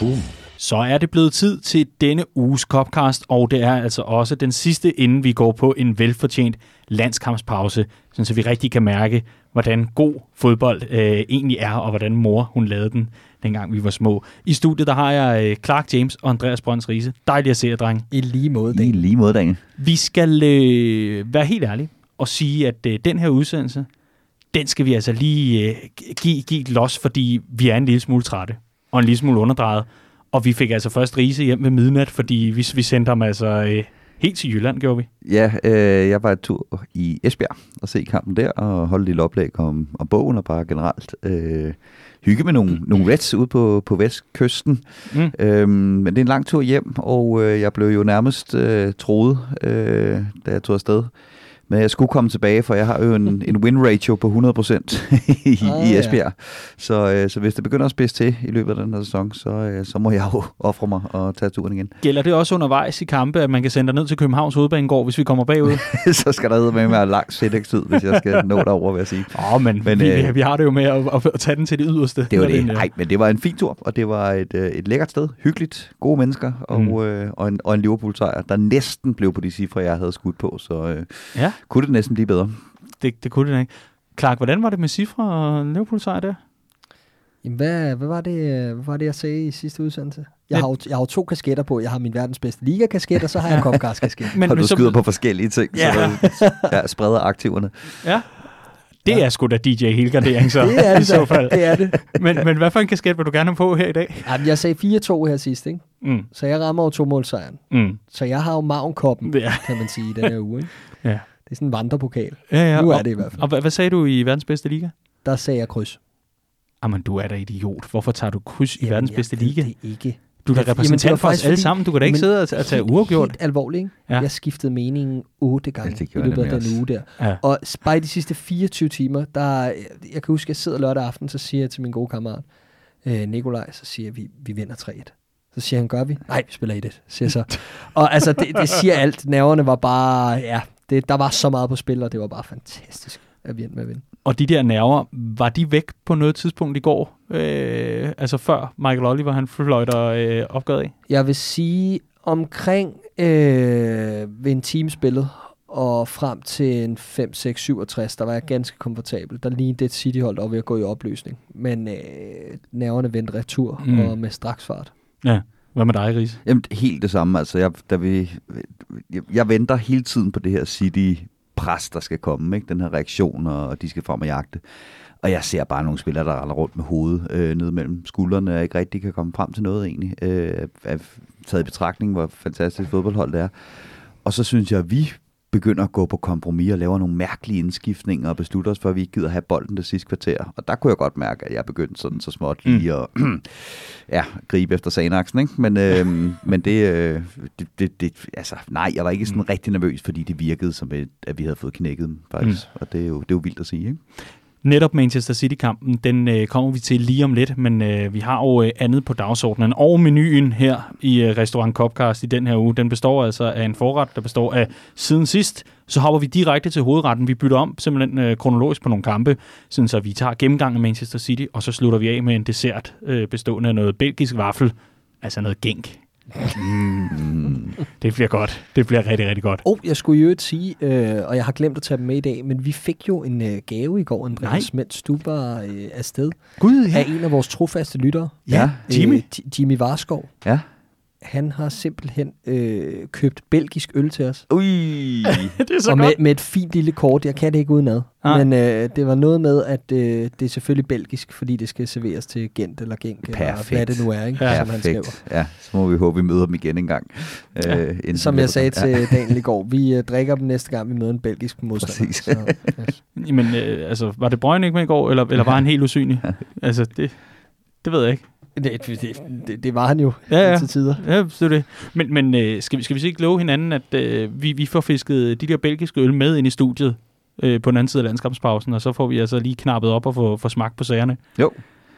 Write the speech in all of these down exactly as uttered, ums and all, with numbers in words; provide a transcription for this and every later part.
Boom. Så er det blevet tid til denne uges Cupcast, og det er altså også den sidste, inden vi går på en velfortjent landskampspause, så vi rigtig kan mærke, hvordan god fodbold øh, egentlig er, og hvordan mor hun lavede den, dengang vi var små. I studiet der har jeg øh, Clark James og Andreas Brøns Riise. Dejligt at se jer, drenge. I lige måde, Daniel. I lige måde, Daniel. Vi skal øh, være helt ærlige og sige, at øh, den her udsendelse, den skal vi altså lige øh, give, give et los, fordi vi er en lille smule trætte og en lille smule underdrejet. Og vi fik altså først Riise hjem ved midnat, fordi vi, vi sendte ham altså øh, helt til Jylland, gjorde vi. Ja, øh, jeg var et tur i Esbjerg og se kampen der, og holde et lille oplæg om, om bogen, og bare generelt øh, hygge med nogle, nogle Reds ude på, på vestkysten. Mm. Øhm, men det er en lang tur hjem, og øh, jeg blev jo nærmest øh, troet, øh, da jeg tog afsted. Men jeg skulle komme tilbage, for jeg har jo en, en win-ratio på hundrede procent i, ah, i Esbjerg. Ja. Så, øh, så hvis det begynder at spidse til i løbet af den her sæson, så, øh, så må jeg jo ofre mig og tage turen igen. Gælder det også undervejs i kampe, at man kan sende dig ned til Københavns Hovedbanegård, hvis vi kommer bagud? Så skal der med mig lang sætningstid, hvis jeg skal nå derover, vil jeg sige. Åh, oh, men, men vi, øh, vi har det jo med at, at, at tage den til det yderste. Det var det. Nej, men det var en fin tur, og det var et, et lækkert sted. Hyggeligt, gode mennesker, og, mm. øh, og en, og en Liverpool-sejr, der næsten blev på de cifre, jeg havde skudt på. Så øh, ja. Kunne det næsten blive bedre. Det, det kunne det ikke. Clark, hvordan var det med cifre og Liverpool-sejr der? Jamen, hvad, hvad, var det, hvad var det, jeg sagde i sidste udsendelse? Jeg har, jo, jeg har jo to kasketter på. Jeg har min verdens bedste liga-kasket, og så har jeg en Cupcast-kasket. Men, og du skyder så på forskellige ting, ja. Så du ja, spreder aktiverne. Ja. Det ja. er sgu da D J helgardering, så det er det, i så fald. Det er det. men, men hvad for en kasket vil du gerne have på her i dag? Jamen, jeg sagde fire to her sidst, ikke? Mm. Så jeg rammer jo to målsejren. Mm. Så jeg har jo maven-koppen, ja. kan man sige, i den her uge. Ikke? Ja. Det er sådan en vandrepokal. Ja, ja. Nu er og, det i hvert fald. Og hvad, hvad sagde du i verdens bedste liga? Der sagde jeg kryds. Jamen, du er da idiot. Hvorfor tager du kryds i jamen, verdens bedste liga? Det ikke. Du er da repræsentant for os alle sammen. Du kan da ikke sidde og tage uafgjort. Helt alvorligt, ikke? Ja. Jeg skiftede meningen otte gange i løbet af den uge der. Ja. Og bare i de sidste fireogtyve timer, der, jeg kan huske, at jeg sidder lørdag aften, så siger jeg til min gode kammerat, øh, Nikolaj, så siger jeg, vi, vi vinder tre et. Så siger han, gør vi? Nej, vi spiller et et, siger så. Og altså, det, det siger alt. Nerverne var bare, ja, det, der var så meget på spil, og det var bare fantastisk at vi endte med at vinde. Og de der nerver, var de væk på noget tidspunkt i går? Øh, altså før Michael Oliver, han fløjter øh, opgavet af? Jeg vil sige, omkring øh, ved en time spillet, og frem til en fem seks syvogtres, der var jeg ganske komfortabel. Der lignede det City-hold, der var ved at gå i opløsning. Men øh, nerverne vendte retur, mm. og med straksfart. Ja. Hvad med dig, Riise? Jamen, helt det samme. Altså, jeg, da vi, jeg, jeg venter hele tiden på det her City pres, der skal komme, ikke? Den her reaktion, og de skal frem og jagte. Og jeg ser bare nogle spillere, der render rundt med hovedet øh, ned mellem skuldrene, og ikke rigtig kan komme frem til noget egentlig. Øh, er taget i betragtning, hvor fantastisk fodboldhold det er. Og så synes jeg, at vi begynder at gå på kompromis og laver nogle mærkelige indskiftninger og beslutter os for, at vi ikke gider have bolden det sidste kvarter. Og der kunne jeg godt mærke, at jeg begyndte sådan så småt lige at ja, gribe efter Sanaksen, ikke? Men, øh, men det, øh, det, det, det, altså nej, jeg var ikke sådan rigtig nervøs, fordi det virkede som, et, at vi havde fået knækket dem, faktisk. Mm. Og det er, jo, det er jo vildt at sige, ikke? Netop Manchester City-kampen, den øh, kommer vi til lige om lidt, men øh, vi har jo øh, andet på dagsordenen. Og menuen her i øh, Restaurant Cupcast i den her uge, den består altså af en forret, der består af siden sidst. Så hopper vi direkte til hovedretten. Vi bytter om simpelthen øh, kronologisk på nogle kampe, sådan så vi tager gennemgang af Manchester City, og så slutter vi af med en dessert øh, bestående af noget belgisk vaffel, altså noget gænk. Mm. Det bliver godt. Det bliver rigtig, rigtig godt. Oh, jeg skulle jo ikke sige, øh, og jeg har glemt at tage dem med i dag, men vi fik jo en øh, gave i går, Andreas, mens du var øh, afsted. Gud, ja. Af en af vores trofaste lyttere. Ja, Jimmy. Øh, Jimmy Varskov. Ja. Han har simpelthen øh, købt belgisk øl til os. Ui. Det er så og godt. Med, med et fint lille kort. Jeg kan det ikke udenad. Ah. Men øh, det var noget med, at øh, det er selvfølgelig belgisk, fordi det skal serveres til Gent eller Genk. Perfekt. Eller hvad det nu er, ikke? Ja, som han skriver. Ja, så må vi håbe, vi møder dem igen en gang. Ja. Øh, som jeg sagde til ja. Daniel i går, vi øh, drikker dem næste gang, vi møder en belgisk modstander. Præcis. Så, yes. Jamen, øh, altså, var det Brøgne ikke med i går, eller, eller var han helt usynlig? Altså, det, det ved jeg ikke. Det, det, det, det var han jo ja, ja. til tider. Ja, det er det. Men, men øh, skal, vi, skal vi så ikke love hinanden, at øh, vi, vi får fisket de der belgiske øl med ind i studiet øh, på den anden side af landskabspausen, og så får vi altså lige knappet op og få, få smagt på sagerne? Jo.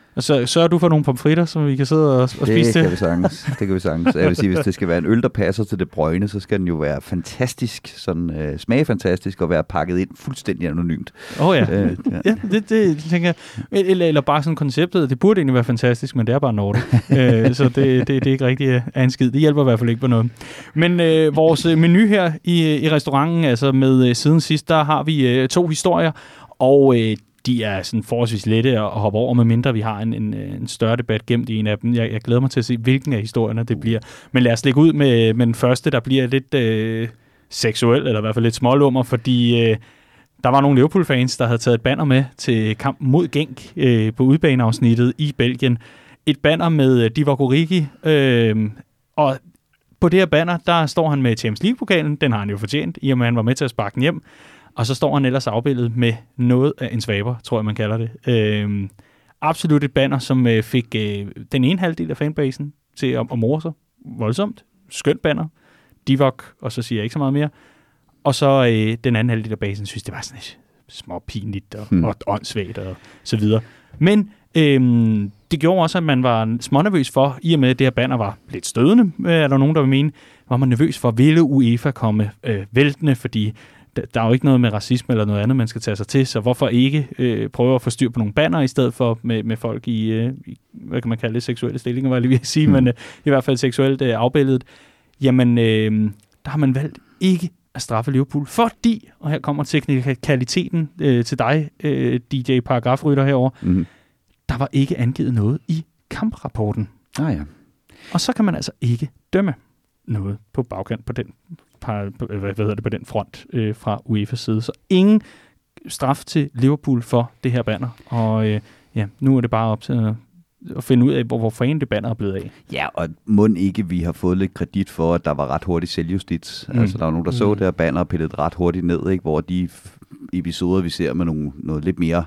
Og så sørger du for nogle pomfritter, som vi kan sidde og, og spise det til? Kan vi sagtens. Det kan vi sagtens. Jeg vil sige, hvis det skal være en øl, der passer til det brøgne, så skal den jo være fantastisk, sådan øh, smage fantastisk og være pakket ind fuldstændig anonymt. Åh oh, ja. Øh, ja. ja, det, det tænker jeg. Eller, eller bare sådan konceptet, det burde egentlig være fantastisk, men det er bare Nordic. øh, så det, det, det er ikke rigtig af en skid. Det hjælper i hvert fald ikke på noget. Men øh, vores menu her i, i restauranten, altså med øh, siden sidst, der har vi øh, to historier, og øh, de er sådan forholdsvis lette at hoppe over, med mindre vi har en, en, en større debat gemt i en af dem. Jeg, jeg glæder mig til at se, hvilken af historierne det bliver. Men lad os lægge ud med, med den første, der bliver lidt øh, seksuel, eller i hvert fald lidt smålummer, fordi øh, der var nogle Liverpool-fans, der havde taget et banner med til kampen mod Genk øh, på udbaneafsnittet i Belgien. Et banner med Divock Origi, øh, og på det her banner, der står han med Champions League-pokalen. Den har han jo fortjent, i og med at han var med til at sparke den hjem. Og så står han ellers afbildet med noget af en svaber, tror jeg, man kalder det. Øh, absolut et banner, som øh, fik øh, den ene halvdel af fanbasen til at, at more sig voldsomt. Skønt banner. Divock, og så siger jeg ikke så meget mere. Og så øh, den anden halvdel af basen synes, det var sådan lidt småpinligt og, hmm. og åndssvagt og så videre. Men øh, det gjorde også, at man var smånervøs for, i og med at det her banner var lidt stødende, øh, er der nogen, der vil mene, var man nervøs for, ville UEFA komme øh, væltende, fordi der er jo ikke noget med racisme eller noget andet, man skal tage sig til, så hvorfor ikke øh, prøve at få styr på nogle banner, i stedet for med, med folk i, øh, i, hvad kan man kalde det, seksuelle stillinger, var jeg lige ved at sige, mm. men øh, i hvert fald seksuelt øh, afbilledet. Jamen, øh, der har man valgt ikke at straffe Liverpool, fordi, og her kommer teknikaliteten øh, til dig, øh, D J Paragrafrytter herovre, mm. der var ikke angivet noget i kamprapporten. Ah ja. Og så kan man altså ikke dømme noget på bagkant på den Par, hvad hedder det, på den front øh, fra UEFA's side. Så ingen straf til Liverpool for det her banner. Og øh, ja, nu er det bare op til at, at finde ud af, hvor, hvor fanden det banner er blevet af. Ja, og må ikke vi har fået lidt kredit for, at der var ret hurtigt selvjustits. Mm. Altså, der var nogen, der så mm. det her banner og pillet ret hurtigt ned, ikke? Hvor de episoder, vi ser med nogle, noget lidt mere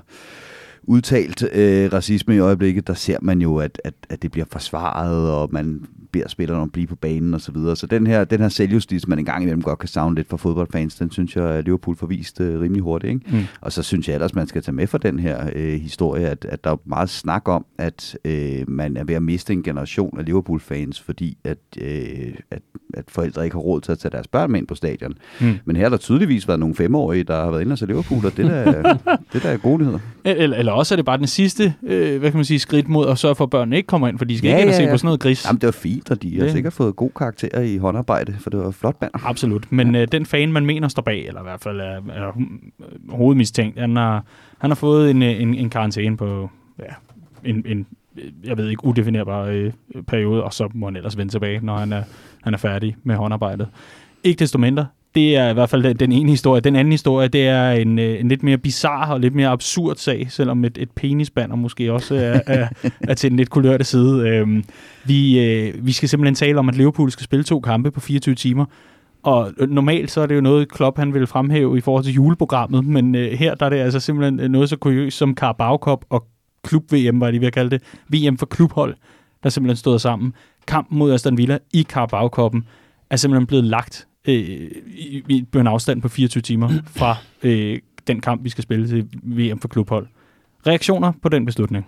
udtalt øh, racisme i øjeblikket, der ser man jo, at, at, at det bliver forsvaret, og man beder spillerne om at blive på banen og så videre. Så den her, den her selvjustis, man engang imellem godt kan savne lidt for fodboldfans, den synes jeg, at Liverpool får vist øh, rimelig hurtigt. Ikke? Mm. Og så synes jeg ellers, man skal tage med for den her øh, historie, at, at der er meget snak om, at øh, man er ved at miste en generation af Liverpool-fans, fordi at, øh, at, at forældre ikke har råd til at tage deres børn med ind på stadion. Mm. Men her har der tydeligvis været nogle femårige, der har været inde og se Liverpool, og det der, det der er gode nyheder. Eller, eller også er det bare den sidste, øh, hvad kan man sige, skridt mod at sørge for, at børnene ikke kommer ind, for de skal ja, ikke ind og se ja, ja. på sådan noget gris. Jamen, det var fint, og de har ja. sikkert fået god karakter i håndarbejde, for det var flot banner. Absolut, men ja. øh, den fan, man mener står bag, eller i hvert fald er, er hovedmistænkt, han har, han har fået en, en, en karantæne på ja, en, en, jeg ved ikke, udefinerbar øh, periode, og så må han ellers vende tilbage, når han er, han er færdig med håndarbejdet. Ikke desto mindre. Det er i hvert fald den ene historie. Den anden historie, det er en, en lidt mere bizarre og lidt mere absurd sag, selvom et, et penisbanner måske også er, er, er til den lidt kulørte side. Øhm, vi, øh, vi skal simpelthen tale om, at Liverpool skal spille to kampe på fireogtyve timer. Og normalt så er det jo noget, Klopp han vil fremhæve i forhold til juleprogrammet, men øh, her der er det altså simpelthen noget så kuriøst som Carabao Cup og klub-V M, var det ved at kalde det. V M for klubhold, der simpelthen stod sammen. Kampen mod Aston Villa i Carabao Cup'en er simpelthen blevet lagt øh, i, i en afstand på fireogtyve timer fra øh, den kamp, vi skal spille til V M for klubhold. Reaktioner på den beslutning?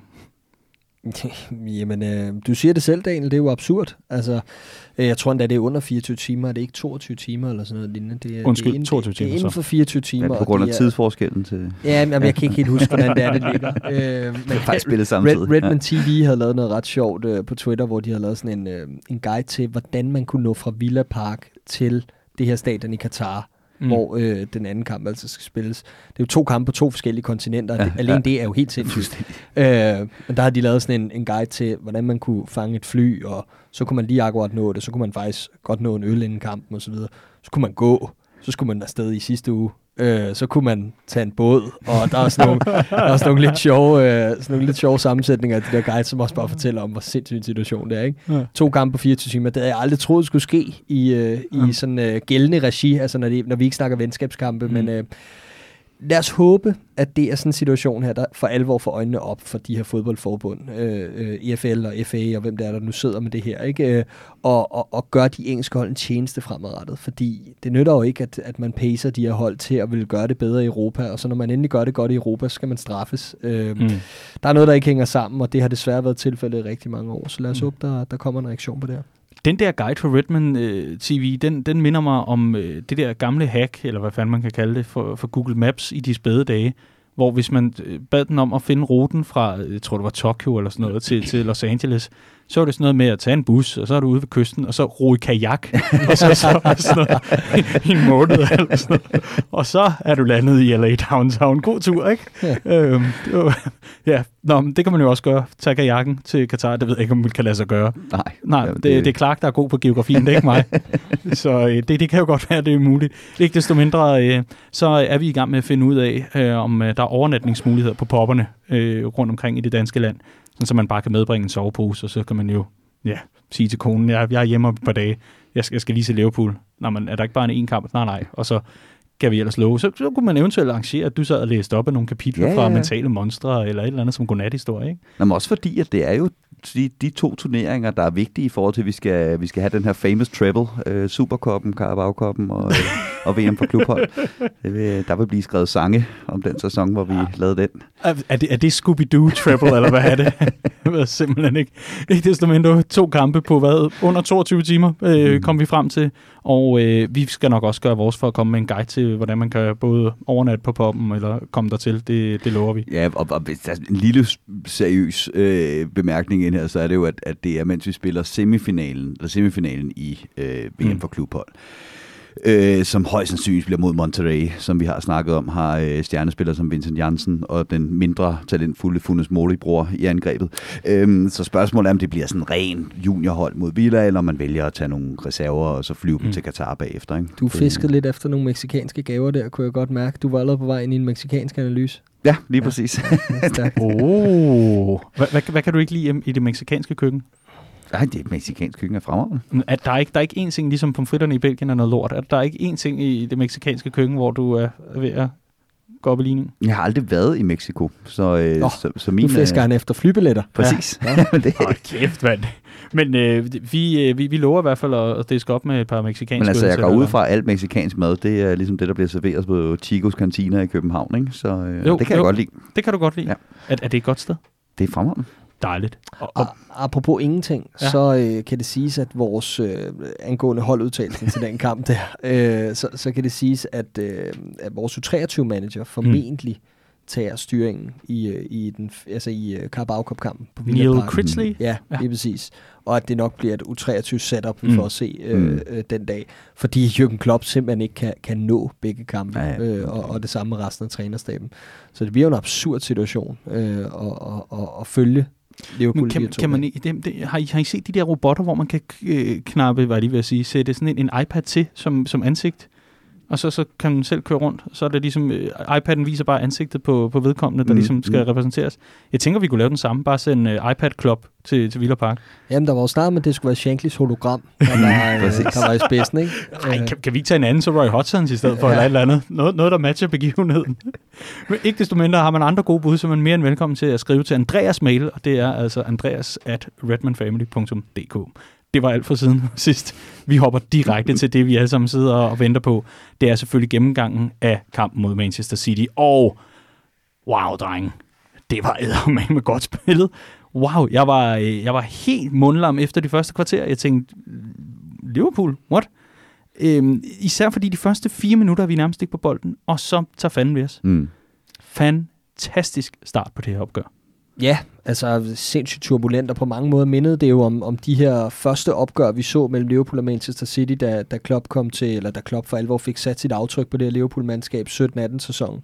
Jamen, øh, du siger det selv, Daniel, det er jo absurd. Altså, øh, jeg tror endda, det er under fireogtyve timer, det er ikke toogtyve timer eller sådan noget lignende. Det er, Undskyld, det er toogtyve timer så. Det er inden for fireogtyve timer. Ja, på grund af tidsforskellen til... Ja, men jeg kan ikke helt huske, hvordan det er, det ligger. Øh, men det er faktisk spillet samtidig. Red, Redman T V havde lavet noget ret sjovt øh, på Twitter, hvor de havde lavet sådan en, øh, en guide til, hvordan man kunne nå fra Villa Park til det her stadion i Katar. Mm. hvor øh, den anden kamp altså skal spilles. Det er jo to kampe på to forskellige kontinenter, ja, det, alene ja. det er jo helt sindssygt. øh, men der har de lavet sådan en, en guide til, hvordan man kunne fange et fly, og så kunne man lige akkurat nå det, så kunne man faktisk godt nå en øl inden kampen og så videre. Så kunne man gå, så skulle man afsted i sidste uge, øh, så kunne man tage en båd, og der er sådan nogle, der er sådan nogle, lidt, sjove, øh, sådan nogle lidt sjove sammensætninger af de der guides, som også bare fortæller om, hvor sindssyg en situation det er. Ikke? Ja. To kampe på fireogtyve timer, det havde jeg aldrig troet skulle ske i, øh, i ja. sådan øh, gældende regi, altså når, de, når vi ikke snakker venskabskampe, mm. men øh, lad os håbe, at det er sådan en situation her, der for alvor får øjnene op for de her fodboldforbund, øh, øh, E F L og F A og hvem der er, der nu sidder med det her, ikke? Øh, og, og, og gør de engelske hold en tjeneste fremadrettet, fordi det nytter jo ikke, at, at man pacer de her hold til at ville gøre det bedre i Europa, og så når man endelig gør det godt i Europa, så skal man straffes. Øh, mm. Der er noget, der ikke hænger sammen, og det har desværre været tilfældet i rigtig mange år, så lad os mm. håbe, der, der kommer en reaktion på det her. Den der Guide to Redmond øh, T V, den, den minder mig om øh, det der gamle hack, eller hvad fanden man kan kalde det, for, for Google Maps i de spæde dage, hvor hvis man bad den om at finde ruten fra, jeg tror det var Tokyo eller sådan noget, til, til Los Angeles, så er det sådan noget med at tage en bus, og så er du ude ved kysten, og så ro i kajak, og så, så er sådan noget, i en måned eller sådan noget. Og så er du landet i L A Downtown. God tur, ikke? Ja. Øhm, det var, ja, Nå, men det kan man jo også gøre. Tage kajakken til Katar, det ved jeg ikke, om man kan lade sig gøre. Nej. Nej, det, det er Clark, der er god på geografien, det er ikke mig. Så øh, det, det kan jo godt være, det er muligt. Ikke desto mindre, øh, så er vi i gang med at finde ud af, øh, om øh, der er overnatningsmuligheder på popperne øh, rundt omkring i det danske land. Sådan, så man bare kan medbringe en sovepose, og så kan man jo ja, sige til konen, jeg, jeg er hjemme om et par dage, jeg skal, jeg skal lige se Liverpool. Nå, men er der ikke bare en en kamp? Nej, nej. Og så kan vi ellers love. Så, så kunne man eventuelt arrangere, at du sad og læste op af nogle kapitler ja, ja. fra Mentale Monstre, eller et eller andet som godnathistorie, ikke? Nå, men også fordi, at det er jo de, de to turneringer, der er vigtige i forhold til, at vi skal, vi skal have den her famous treble, øh, Supercuppen, Carabao-cuppen og, øh, og V M for klubhold. Det vil, der vil blive skrevet sange om den sæson, hvor vi ja. lavede den. Er, er det, er det Scooby-Doo treble, eller hvad er det? Jeg ved simpelthen ikke. Ikke desto mindre to kampe på hvad? Under toogtyve timer øh, kom vi frem til, og øh, vi skal nok også gøre vores for at komme med en guide til, hvordan man kan både overnatte på poppen, eller komme dertil. Det, det lover vi. Ja, og, og hvis der er en lille seriøs øh, bemærkning ind her, så er det jo, at, at det er, mens vi spiller semifinalen, eller semifinalen i øh, V M mm. for klubhold. Øh, som højst sandsynligt bliver mod Monterrey, som vi har snakket om, har øh, stjernespillere som Vincent Janssen og den mindre talentfulde Funes Mori-bror i angrebet. Øh, så spørgsmålet er, om det bliver sådan en ren juniorhold mod Villa, eller om man vælger at tage nogle reserver og så flyve dem mm. til Katar bagefter. Ikke? Du fiskede lidt efter nogle meksikanske gaver der, kunne jeg godt mærke. Du var allerede på vej ind i en meksikansk analyse. Ja, lige ja. præcis. oh. hvad, hvad, hvad kan du ikke lide i det meksikanske køkken? Nej, det er mexicansk køkken er fremragende. At der er ikke der er ikke én ting, ligesom pomfritterne i Belgien er noget lort. At der er ikke én ting i det mexicanske køkken, hvor du er ved at gå op i ligningen. Jeg har aldrig været i Mexico, så, øh, oh, så, så min... Du fisker han efter flybilletter. Præcis. Ja. Ja. det... Åh, kæft, mand. Men øh, vi, vi, vi lover i hvert fald at diske op med et par mexicanske... Men altså, jeg går ud fra, at alt mexicansk mad, det er ligesom det, der bliver serveret på Chicos Cantina i København, ikke? Så øh, jo, det kan jo, jeg godt lide. Det kan du godt lide. Ja. Er, er det et godt sted? Det er fremragende. Dejligt. Og, og, apropos ingenting, ja. så øh, kan det siges, at vores øh, angående holdudtagelsen til den kamp der, øh, så, så kan det siges, at, øh, at vores U treogtyve-manager formentlig mm. tager styringen i, øh, i, den, altså i uh, Carabao Cup-kampen på Villa Park. Neil Critchley? Ja, ja, lige præcis. Og at det nok bliver et U treogtyve-setup, vi mm. får at se øh, mm. øh, den dag. Fordi Jürgen Klopp simpelthen ikke kan, kan nå begge kampe, ja, ja. Øh, og, og det samme med resten af trænerstaben. Så det bliver jo en absurd situation øh, at, at, at, at følge Liverpool. Kan, kan man, det, det, har, I, har I set de der robotter, hvor man kan øh, knappe, hvad jeg lige vil sige, sætte sådan en, en iPad til som, som ansigt, og så, så kan man selv køre rundt. Så er det ligesom, øh, iPad'en viser bare ansigtet på, på vedkommende, der mm, ligesom skal mm. repræsenteres. Jeg tænker, vi kunne lave den samme, bare sende uh, iPad Club til, til Villa Park. Jamen, der var jo snart, men det skulle være Shanklys hologram, der var, øh, der var i spidsen, ikke? Ej, kan, kan vi ikke tage en anden, så Roy Hodgsons i stedet for, ja. eller et eller andet? Noget, noget der matcher begivenheden. Men ikke desto mindre har man andre gode bud, så man er mere end velkommen til at skrive til Andreas mail, og det er altså andreas at redmanfamily punktum d k. Det var alt for siden sidst. Vi hopper direkte til det, vi alle sammen sidder og venter på. Det er selvfølgelig gennemgangen af kampen mod Manchester City. Og wow, drenge, det var eddermame godt spillet. Wow, jeg var, jeg var helt mundlam efter de første kvarter. Jeg tænkte, Liverpool, what? Øhm, især fordi de første fire minutter er vi nærmest ikke på bolden, og så tager fanden ved os. Mm. Fantastisk start på det her opgør. Ja, altså sindssygt turbulent, og på mange måder mindede det jo om, om de her første opgør, vi så mellem Liverpool og Manchester City, da, da Klopp kom til, eller da Klopp for alvor fik sat sit aftryk på det her Liverpool-mandskab sytten atten sæson.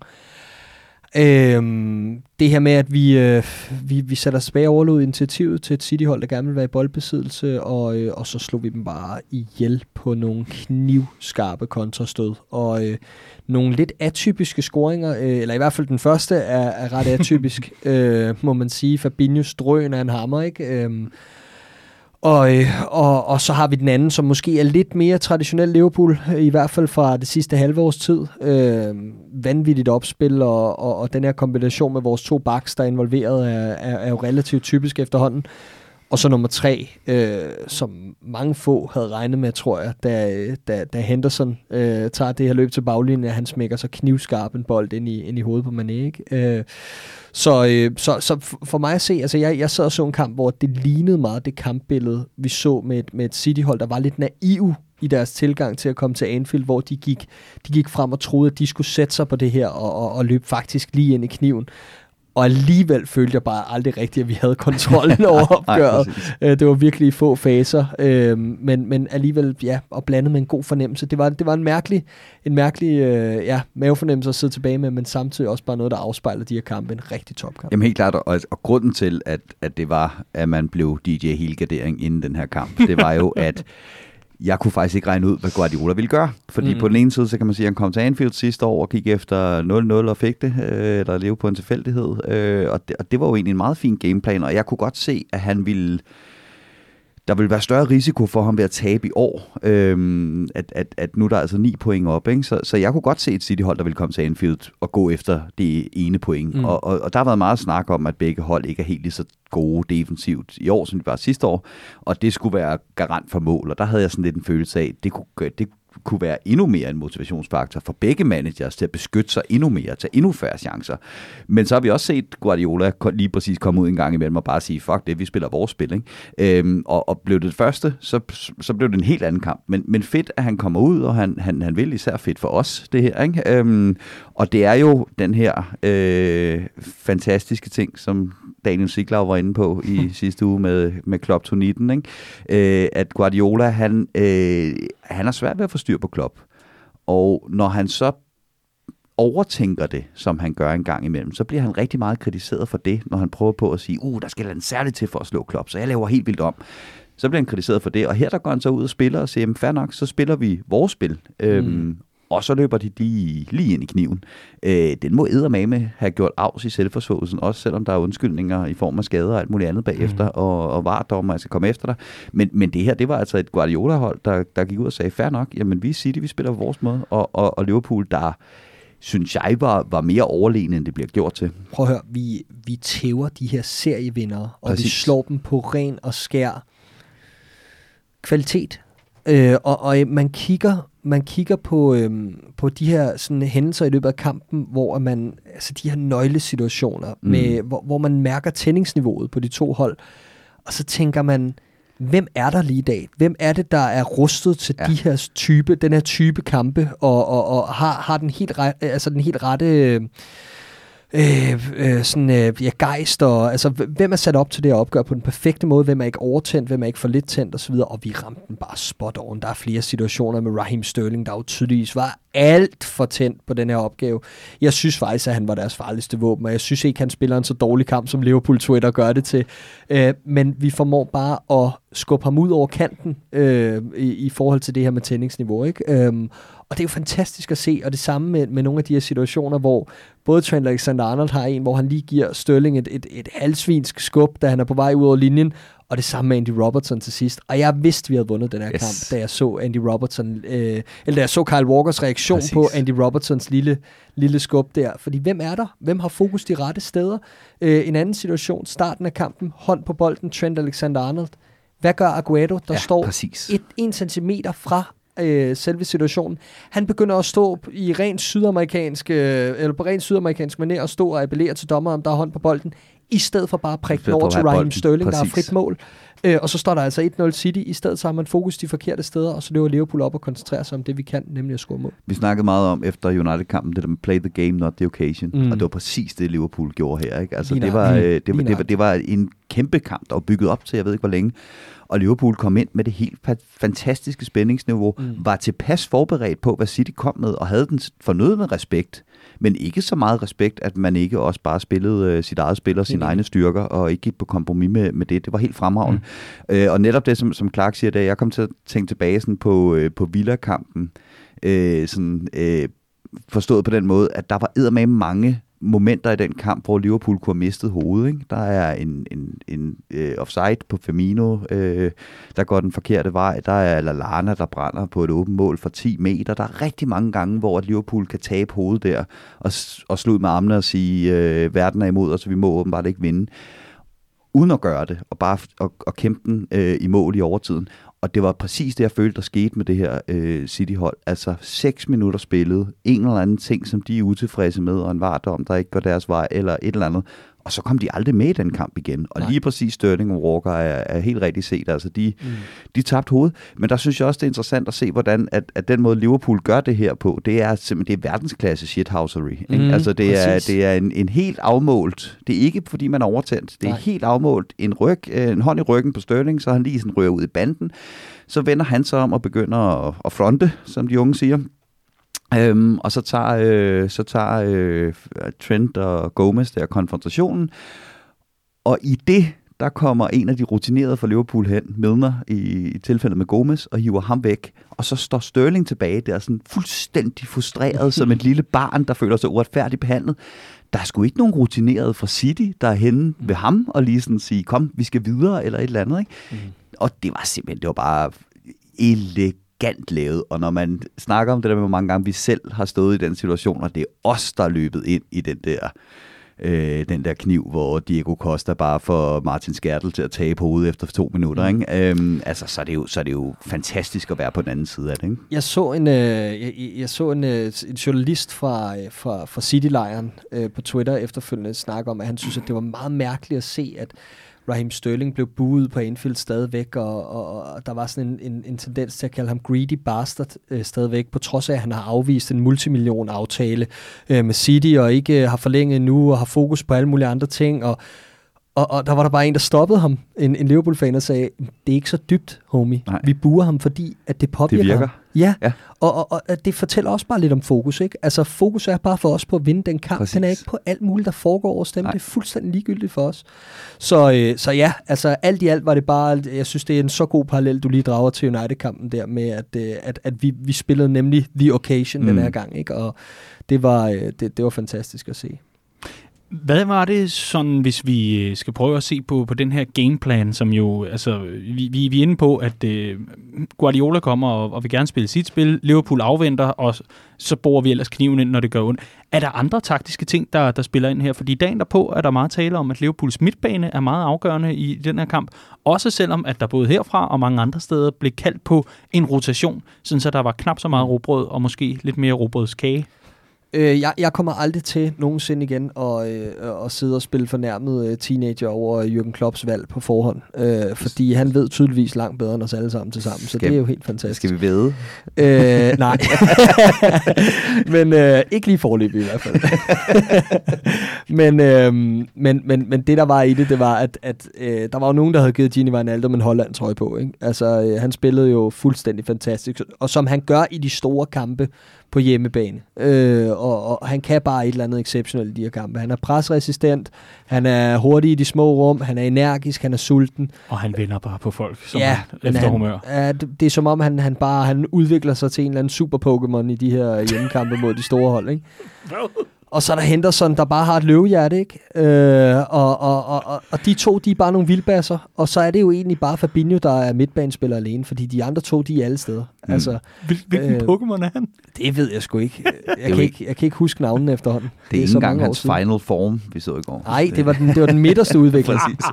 Øhm, det her med, at vi, øh, vi, vi satte os tilbage og overlod initiativet til et City-hold, der gerne ville være i boldbesiddelse, og, øh, og så slog vi dem bare ihjel på nogle knivskarpe kontrastød, og øh, nogle lidt atypiske scoringer, øh, eller i hvert fald den første er, er ret atypisk, øh, må man sige. Fabinhos drøn af en hammer, ikke? Øhm, Og, og, og så har vi den anden, som måske er lidt mere traditionel Liverpool, i hvert fald fra det sidste halve års tid. Øh, vanvittigt opspil, og, og, og den her kombination med vores to backs, der er involveret, er, er, er jo relativt typisk efterhånden. Og så nummer tre, øh, som mange få havde regnet med, tror jeg, da, da, da Henderson øh, tager det her løb til baglinjen, at han smækker så knivskarp en bold ind i, ind i hovedet på Mané, ikke? Øh, så, øh, så, så for mig at se, altså jeg, jeg sad og så en kamp, hvor det lignede meget det kampbillede, vi så med et, med et City-hold, der var lidt naiv i deres tilgang til at komme til Anfield, hvor de gik, de gik frem og troede, at de skulle sætte sig på det her og, og, og løbe faktisk lige ind i kniven. Og alligevel følte jeg bare aldrig rigtigt, at vi havde kontrollen over opgøret. Nej, det var virkelig i få faser, øh, men, men alligevel, ja, og blandet med en god fornemmelse. Det var, det var en mærkelig, en mærkelig øh, ja, mavefornemmelse at sidde tilbage med, men samtidig også bare noget, der afspejler de her kampe. En rigtig topkamp. Jamen helt klart, og, og grunden til, at, at det var, at man blev D J helgardering inden den her kamp, det var jo, at jeg kunne faktisk ikke regne ud, hvad Guardiola ville gøre. Fordi mm. på den ene side, så kan man sige, at han kom til Anfield sidste år og gik efter nul nul og fik det, øh, eller leve på en tilfældighed. Øh, og, det, og det var jo egentlig en meget fin gameplan, og jeg kunne godt se, at han ville... Der ville være større risiko for ham ved at tabe i år, øhm, at, at, at nu er der altså ni point op, ikke? Så, så jeg kunne godt se et City-hold, der ville komme til Anfield og gå efter det ene point. Mm. Og, og, og der har været meget snak om, at begge hold ikke er helt lige så gode defensivt i år, som de var sidste år, og det skulle være garant for mål, og der havde jeg sådan lidt en følelse af, at det kunne, det kunne være endnu mere en motivationsfaktor for begge managers til at beskytte sig endnu mere, til endnu færre chancer. Men så har vi også set Guardiola lige præcis komme ud en gang imellem og bare sige, fuck det, vi spiller vores spil, ikke? Øhm, og, og blev det første, så, så blev det en helt anden kamp. Men, men fedt, at han kommer ud, og han, han, han vil især fedt for os, det her, ikke? Øhm, og det er jo den her øh, fantastiske ting, som Daniel Siglau var inde på i sidste uge med, med Klopp to nitten, ikke? Øh, at Guardiola, han, øh, han er svært ved at få styr på Klopp. Og når han så overtænker det, som han gør en gang imellem, så bliver han rigtig meget kritiseret for det, når han prøver på at sige, uh, der skal noget særligt til for at slå Klopp, så jeg laver helt vildt om. Så bliver han kritiseret for det, og her der går han så ud og spiller og siger, fair nok, så spiller vi vores spil. Mm. Øhm, og så løber de lige, lige ind i kniven. Øh, den må eddermame have gjort afs i selvforsvågelsen, også selvom der er undskyldninger i form af skader og alt muligt andet bagefter, mm. og, og vardommer, jeg skal komme efter dig. Men, men det her, det var altså et Guardiola-hold, der, der gik ud og sagde, fair nok, jamen vi er City, vi spiller på vores måde, og, og, og Liverpool, der synes jeg var, var mere overlegne, end det bliver gjort til. Prøv at høre, vi, vi tæver de her serievindere, og Præcis. vi slår dem på ren og skær kvalitet. Øh, og, og man kigger man kigger på øhm, på de her sådan hændelser i løbet af kampen, hvor man altså de her nøglesituationer mm. med hvor, hvor man mærker tændingsniveauet på de to hold, og så tænker man, hvem er der lige i dag? Hvem er det, der er rustet til ja. de her type, den her type kampe, og, og, og har, har den helt re, altså den helt rette øh, Øh, øh, sådan, øh, ja, gejst, og altså, hvem er sat op til det at opgøre på den perfekte måde, hvem er ikke overtændt, hvem er ikke for lidt tændt, og så videre, og vi ramte den bare spot on. Der er flere situationer med Raheem Sterling, der jo tydeligvis var alt for tændt på den her opgave. Jeg synes faktisk, at han var deres farligste våben, og jeg synes ikke, han spiller en så dårlig kamp, som Liverpool Twitter gør det til. Øh, men vi formår bare at skubbe ham ud over kanten øh, i, i forhold til det her med tændingsniveau, ikke? Øh, Og det er jo fantastisk at se, og det samme med, med nogle af de her situationer, hvor både Trent Alexander-Arnold har en, hvor han lige giver Sterling et, et, et halvsvinsk skub, da han er på vej ud over linjen, og det samme med Andy Robertson til sidst. Og jeg vidste, vi havde vundet den her yes. kamp, da jeg så Andy Robertson, øh, eller da jeg så Kyle Walkers reaktion Præcis. på Andy Robertsons lille, lille skub der. Fordi hvem er der? Hvem har fokus de rette steder? Øh, en anden situation, starten af kampen, hånd på bolden, Trent Alexander-Arnold. Hvad gør Aguero, der ja, står et, en centimeter fra øh, selve situationen? Han begynder at stå i rent sydamerikansk, øh, eller på rent sydamerikansk manér, og stå og appellere til dommeren, der har hånd på bolden, i stedet for bare at prikke den over til Raheem Sterling, Præcis. der har frit mål. Øh, og så står der altså et nul City. I stedet så har man fokus de forkerte steder, og så løber Liverpool op og koncentrerer sig om det, vi kan, nemlig at score mål. Vi snakkede meget om efter United-kampen, det der med play the game, not the occasion. Mm. Og det var præcis det, Liverpool gjorde her. Ikke? Altså, det, var, øh, det, var, det, var, det var en kæmpe kamp, der var bygget op til, jeg ved ikke hvor længe. Og Liverpool kom ind med det helt fantastiske spændingsniveau, mm. var tilpas forberedt på, hvad City kom med, og havde den fornødne respekt, men ikke så meget respekt, at man ikke også bare spillede øh, sit eget spil og sine mm. egne styrker, og ikke gik på kompromis med, med det. Det var helt fremragende. Mm. Øh, og netop det, som, som Clark siger, da jeg kom til at tænke tilbage sådan på, øh, på Villa-kampen, øh, sådan, øh, forstået på den måde, at der var eddermame mange momenter i den kamp, hvor Liverpool kunne have mistet hovedet. Ikke? Der er en, en, en øh, offside på Firmino, øh, der går den forkerte vej. Der er Lallana, der brænder på et åbent mål fra ti meter. Der er rigtig mange gange, hvor Liverpool kan tabe hovedet der og, og slå ud med armene og sige, øh, verden er imod os, så vi må åbenbart ikke vinde. Uden at gøre det, og bare at, at kæmpe den øh, i mål i overtiden. Og det var præcis det, jeg følte, der skete med det her øh, City-hold. Altså seks minutter spillet, en eller anden ting, som de er utilfredse med, og en vardom, der ikke går deres vej, eller et eller andet. Og så kom de aldrig med i den kamp igen. Og Nej. Lige præcis Sterling og Walker er, er helt rigtig set. Altså de, mm. de tabte hovedet. Men der synes jeg også, det er interessant at se, hvordan at, at den måde Liverpool gør det her på, det er simpelthen det er verdensklasse shithousery. Mm, altså det er, det er en, en helt afmålt. Det er ikke, fordi man er overtændt. Det er Nej. helt afmålt. En, ryg, en hånd i ryggen på Sterling, så han lige sådan rører ud i banden. Så vender han sig om og begynder at, at fronte, som de unge siger. Øhm, og så tager, øh, så tager øh, Trent og Gomez der konfrontationen, og i det, der kommer en af de rutinerede fra Liverpool hen, Milner i, i tilfældet med Gomez, og hiver ham væk, og så står Sterling tilbage der sådan fuldstændig frustreret som et lille barn, der føler sig uretfærdigt behandlet. Der er sgu ikke nogen rutineret fra City, der er henne ved ham, og lige sådan sige, kom, vi skal videre, eller et eller andet, ikke? Mm. Og det var simpelthen, det var bare elegant lavet, og når man snakker om det der med, hvor mange gange vi selv har stået i den situation, og det er os, der er løbet ind i den der, øh, den der kniv, hvor Diego Costa bare får Martin Skrtel til at tabe hovedet efter to minutter, ikke? Øhm, altså, så er, det jo, så er det jo fantastisk at være på den anden side af det, ikke? Jeg så en, øh, jeg, jeg så en, øh, en journalist fra, øh, fra, fra City-lejren øh, på Twitter efterfølgende snakke om, at han synes, at det var meget mærkeligt at se, at Raheem Sterling blev buet på Anfield stadigvæk, og, og, og der var sådan en, en, en tendens til at kalde ham greedy bastard øh, stadigvæk, på trods af, at han har afvist en multimillion-aftale øh, med City, og ikke øh, har forlænget nu, og har fokus på alle mulige andre ting, og, og, og der var der bare en, der stoppede ham, en, en Liverpool-fan, og sagde, det er ikke så dybt, homie. Nej. Vi buer ham, fordi at det påvirker det virker. ham. Ja, ja. Og, og, og det fortæller også bare lidt om fokus, ikke? Altså, fokus er bare for os på at vinde den kamp. Præcis. Den er ikke på alt muligt, der foregår over stemmen. Det er fuldstændig ligegyldigt for os. Så, øh, så ja, altså, alt i alt var det bare, jeg synes, det er en så god parallel, du lige drager til United-kampen der, med at, øh, at, at vi, vi spillede nemlig The Occasion mm. den her gang, ikke? Og det var, øh, det, det var fantastisk at se. Hvad var det sådan, hvis vi skal prøve at se på, på den her gameplan, som jo, altså, vi, vi, vi er inde på, at øh, Guardiola kommer og, og vil gerne spille sit spil, Liverpool afventer, og så borer vi ellers kniven ind, når det gør ondt. Er der andre taktiske ting, der, der spiller ind her? Fordi dagen derpå er der meget tale om, at Liverpools midtbane er meget afgørende i den her kamp, også selvom, at der både herfra og mange andre steder blev kaldt på en rotation, sådan så der var knap så meget rugbrød, og måske lidt mere rugbrødskage. Øh, jeg, jeg kommer aldrig til nogensinde igen at, øh, at sidde og spille fornærmet øh, teenager over Jürgen Klopps valg på forhånd. Øh, fordi han ved tydeligvis langt bedre end os alle sammen til sammen. Så skal, det er jo helt fantastisk. Skal vi vide? Øh, nej. men øh, ikke lige foreløbig i hvert fald. men, øh, men, men, men det der var i det, det var, at, at øh, der var jo nogen, der havde givet Gini Wijnaldum en Holland trøje på. Ikke? Altså, øh, han spillede jo fuldstændig fantastisk. Og som han gør i de store kampe på hjemmebane. Øh, og, og han kan bare et eller andet exceptionelt i de her kampe. Han er presresistent, han er hurtig i de små rum, han er energisk, han er sulten. Og han vinder bare på folk, som ja, efter han, humør. Ja, det, det er som om, han, han bare han udvikler sig til en eller anden super-Pokémon i de her hjemmekampe mod de store hold, ikke? Og så er der Henderson, der bare har et løvehjerte, ikke? Øh, og, og, og, og de to, de er bare nogle vildbasser. Og så er det jo egentlig bare Fabinho, der er midtbanespiller alene, fordi de andre to, de er alle steder. Mm. Altså, Hvil, hvilken øh, Pokémon er han? Det ved jeg sgu ikke. Jeg, kan, ikke, jeg kan ikke huske navnene efterhånden. Det er, det er ikke engang hans final form, vi så i går. Nej, det var den, det var den midterste udvikling. Præcis.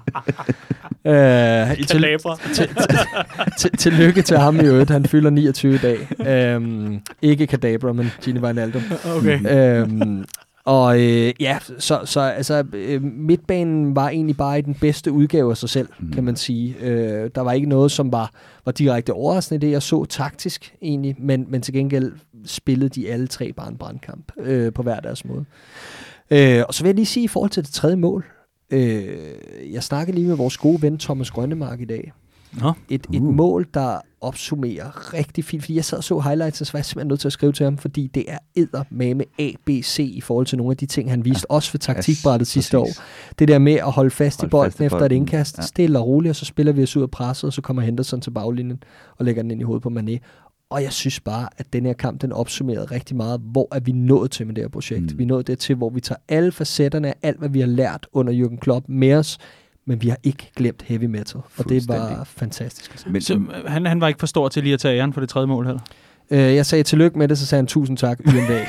øh, til, til, til, til, Tillykke til ham i øvrigt. Han fylder niogtyve i dag. Øhm, ikke Kadabra, men Gini Wijnaldum. Okay. Øhm, Og øh, ja, så, så altså, øh, midtbanen var egentlig bare i den bedste udgave af sig selv, mm. kan man sige. Øh, der var ikke noget, som var, var direkte overraskende det, jeg så taktisk egentlig, men, men til gengæld spillede de alle tre bare en brandkamp øh, på hver deres måde. Øh, og så vil jeg lige sige i forhold til det tredje mål. Øh, jeg snakkede lige med vores gode ven Thomas Grønnemark i dag. Nå. Et, et uh. mål, der opsummerer rigtig fint, fordi jeg sad og så highlights, og så var jeg simpelthen nødt til at skrive til ham, fordi det er eddermame A B C i forhold til nogle af de ting, han viste, ja. Også for taktikbrættet yes, sidste præcis. år. Det der med at holde fast holde i bolden fast efter bolden. Et indkast, ja. Stille og roligt, og så spiller vi os ud af presset, og så kommer Henderson til baglinjen og lægger den ind i hovedet på Mané. Og jeg synes bare, at den her kamp, den opsummerede rigtig meget, hvor er vi nået til med det her projekt. Mm. Vi er nået det til, hvor vi tager alle facetterne af alt, hvad vi har lært under Jürgen Klopp med os, men vi har ikke glemt heavy metal, og det var fantastisk. Men, så, han, han var ikke for stor til lige at tage æren for det tredje mål heller? Øh, jeg sagde tillykke med det, så sagde han tusind tak, Y M V.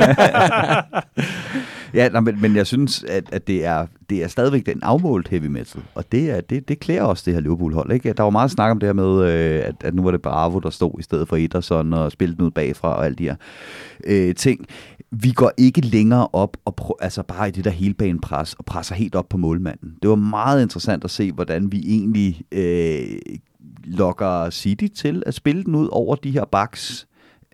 Ja, nej, men, men jeg synes, at, at det, er, det er stadigvæk den afmålt heavy metal, og det, er, det, det klæder også det her Liverpool-hold. Ikke? Der var meget snak om det her med, øh, at, at nu var det Bravo, der stod i stedet for Ederson og spillede den ud bagfra og alle de her øh, ting. Vi går ikke længere op, og prø- altså bare i det der helbanepres, og presser helt op på målmanden. Det var meget interessant at se, hvordan vi egentlig øh, lokker City til at spille den ud over de her backs,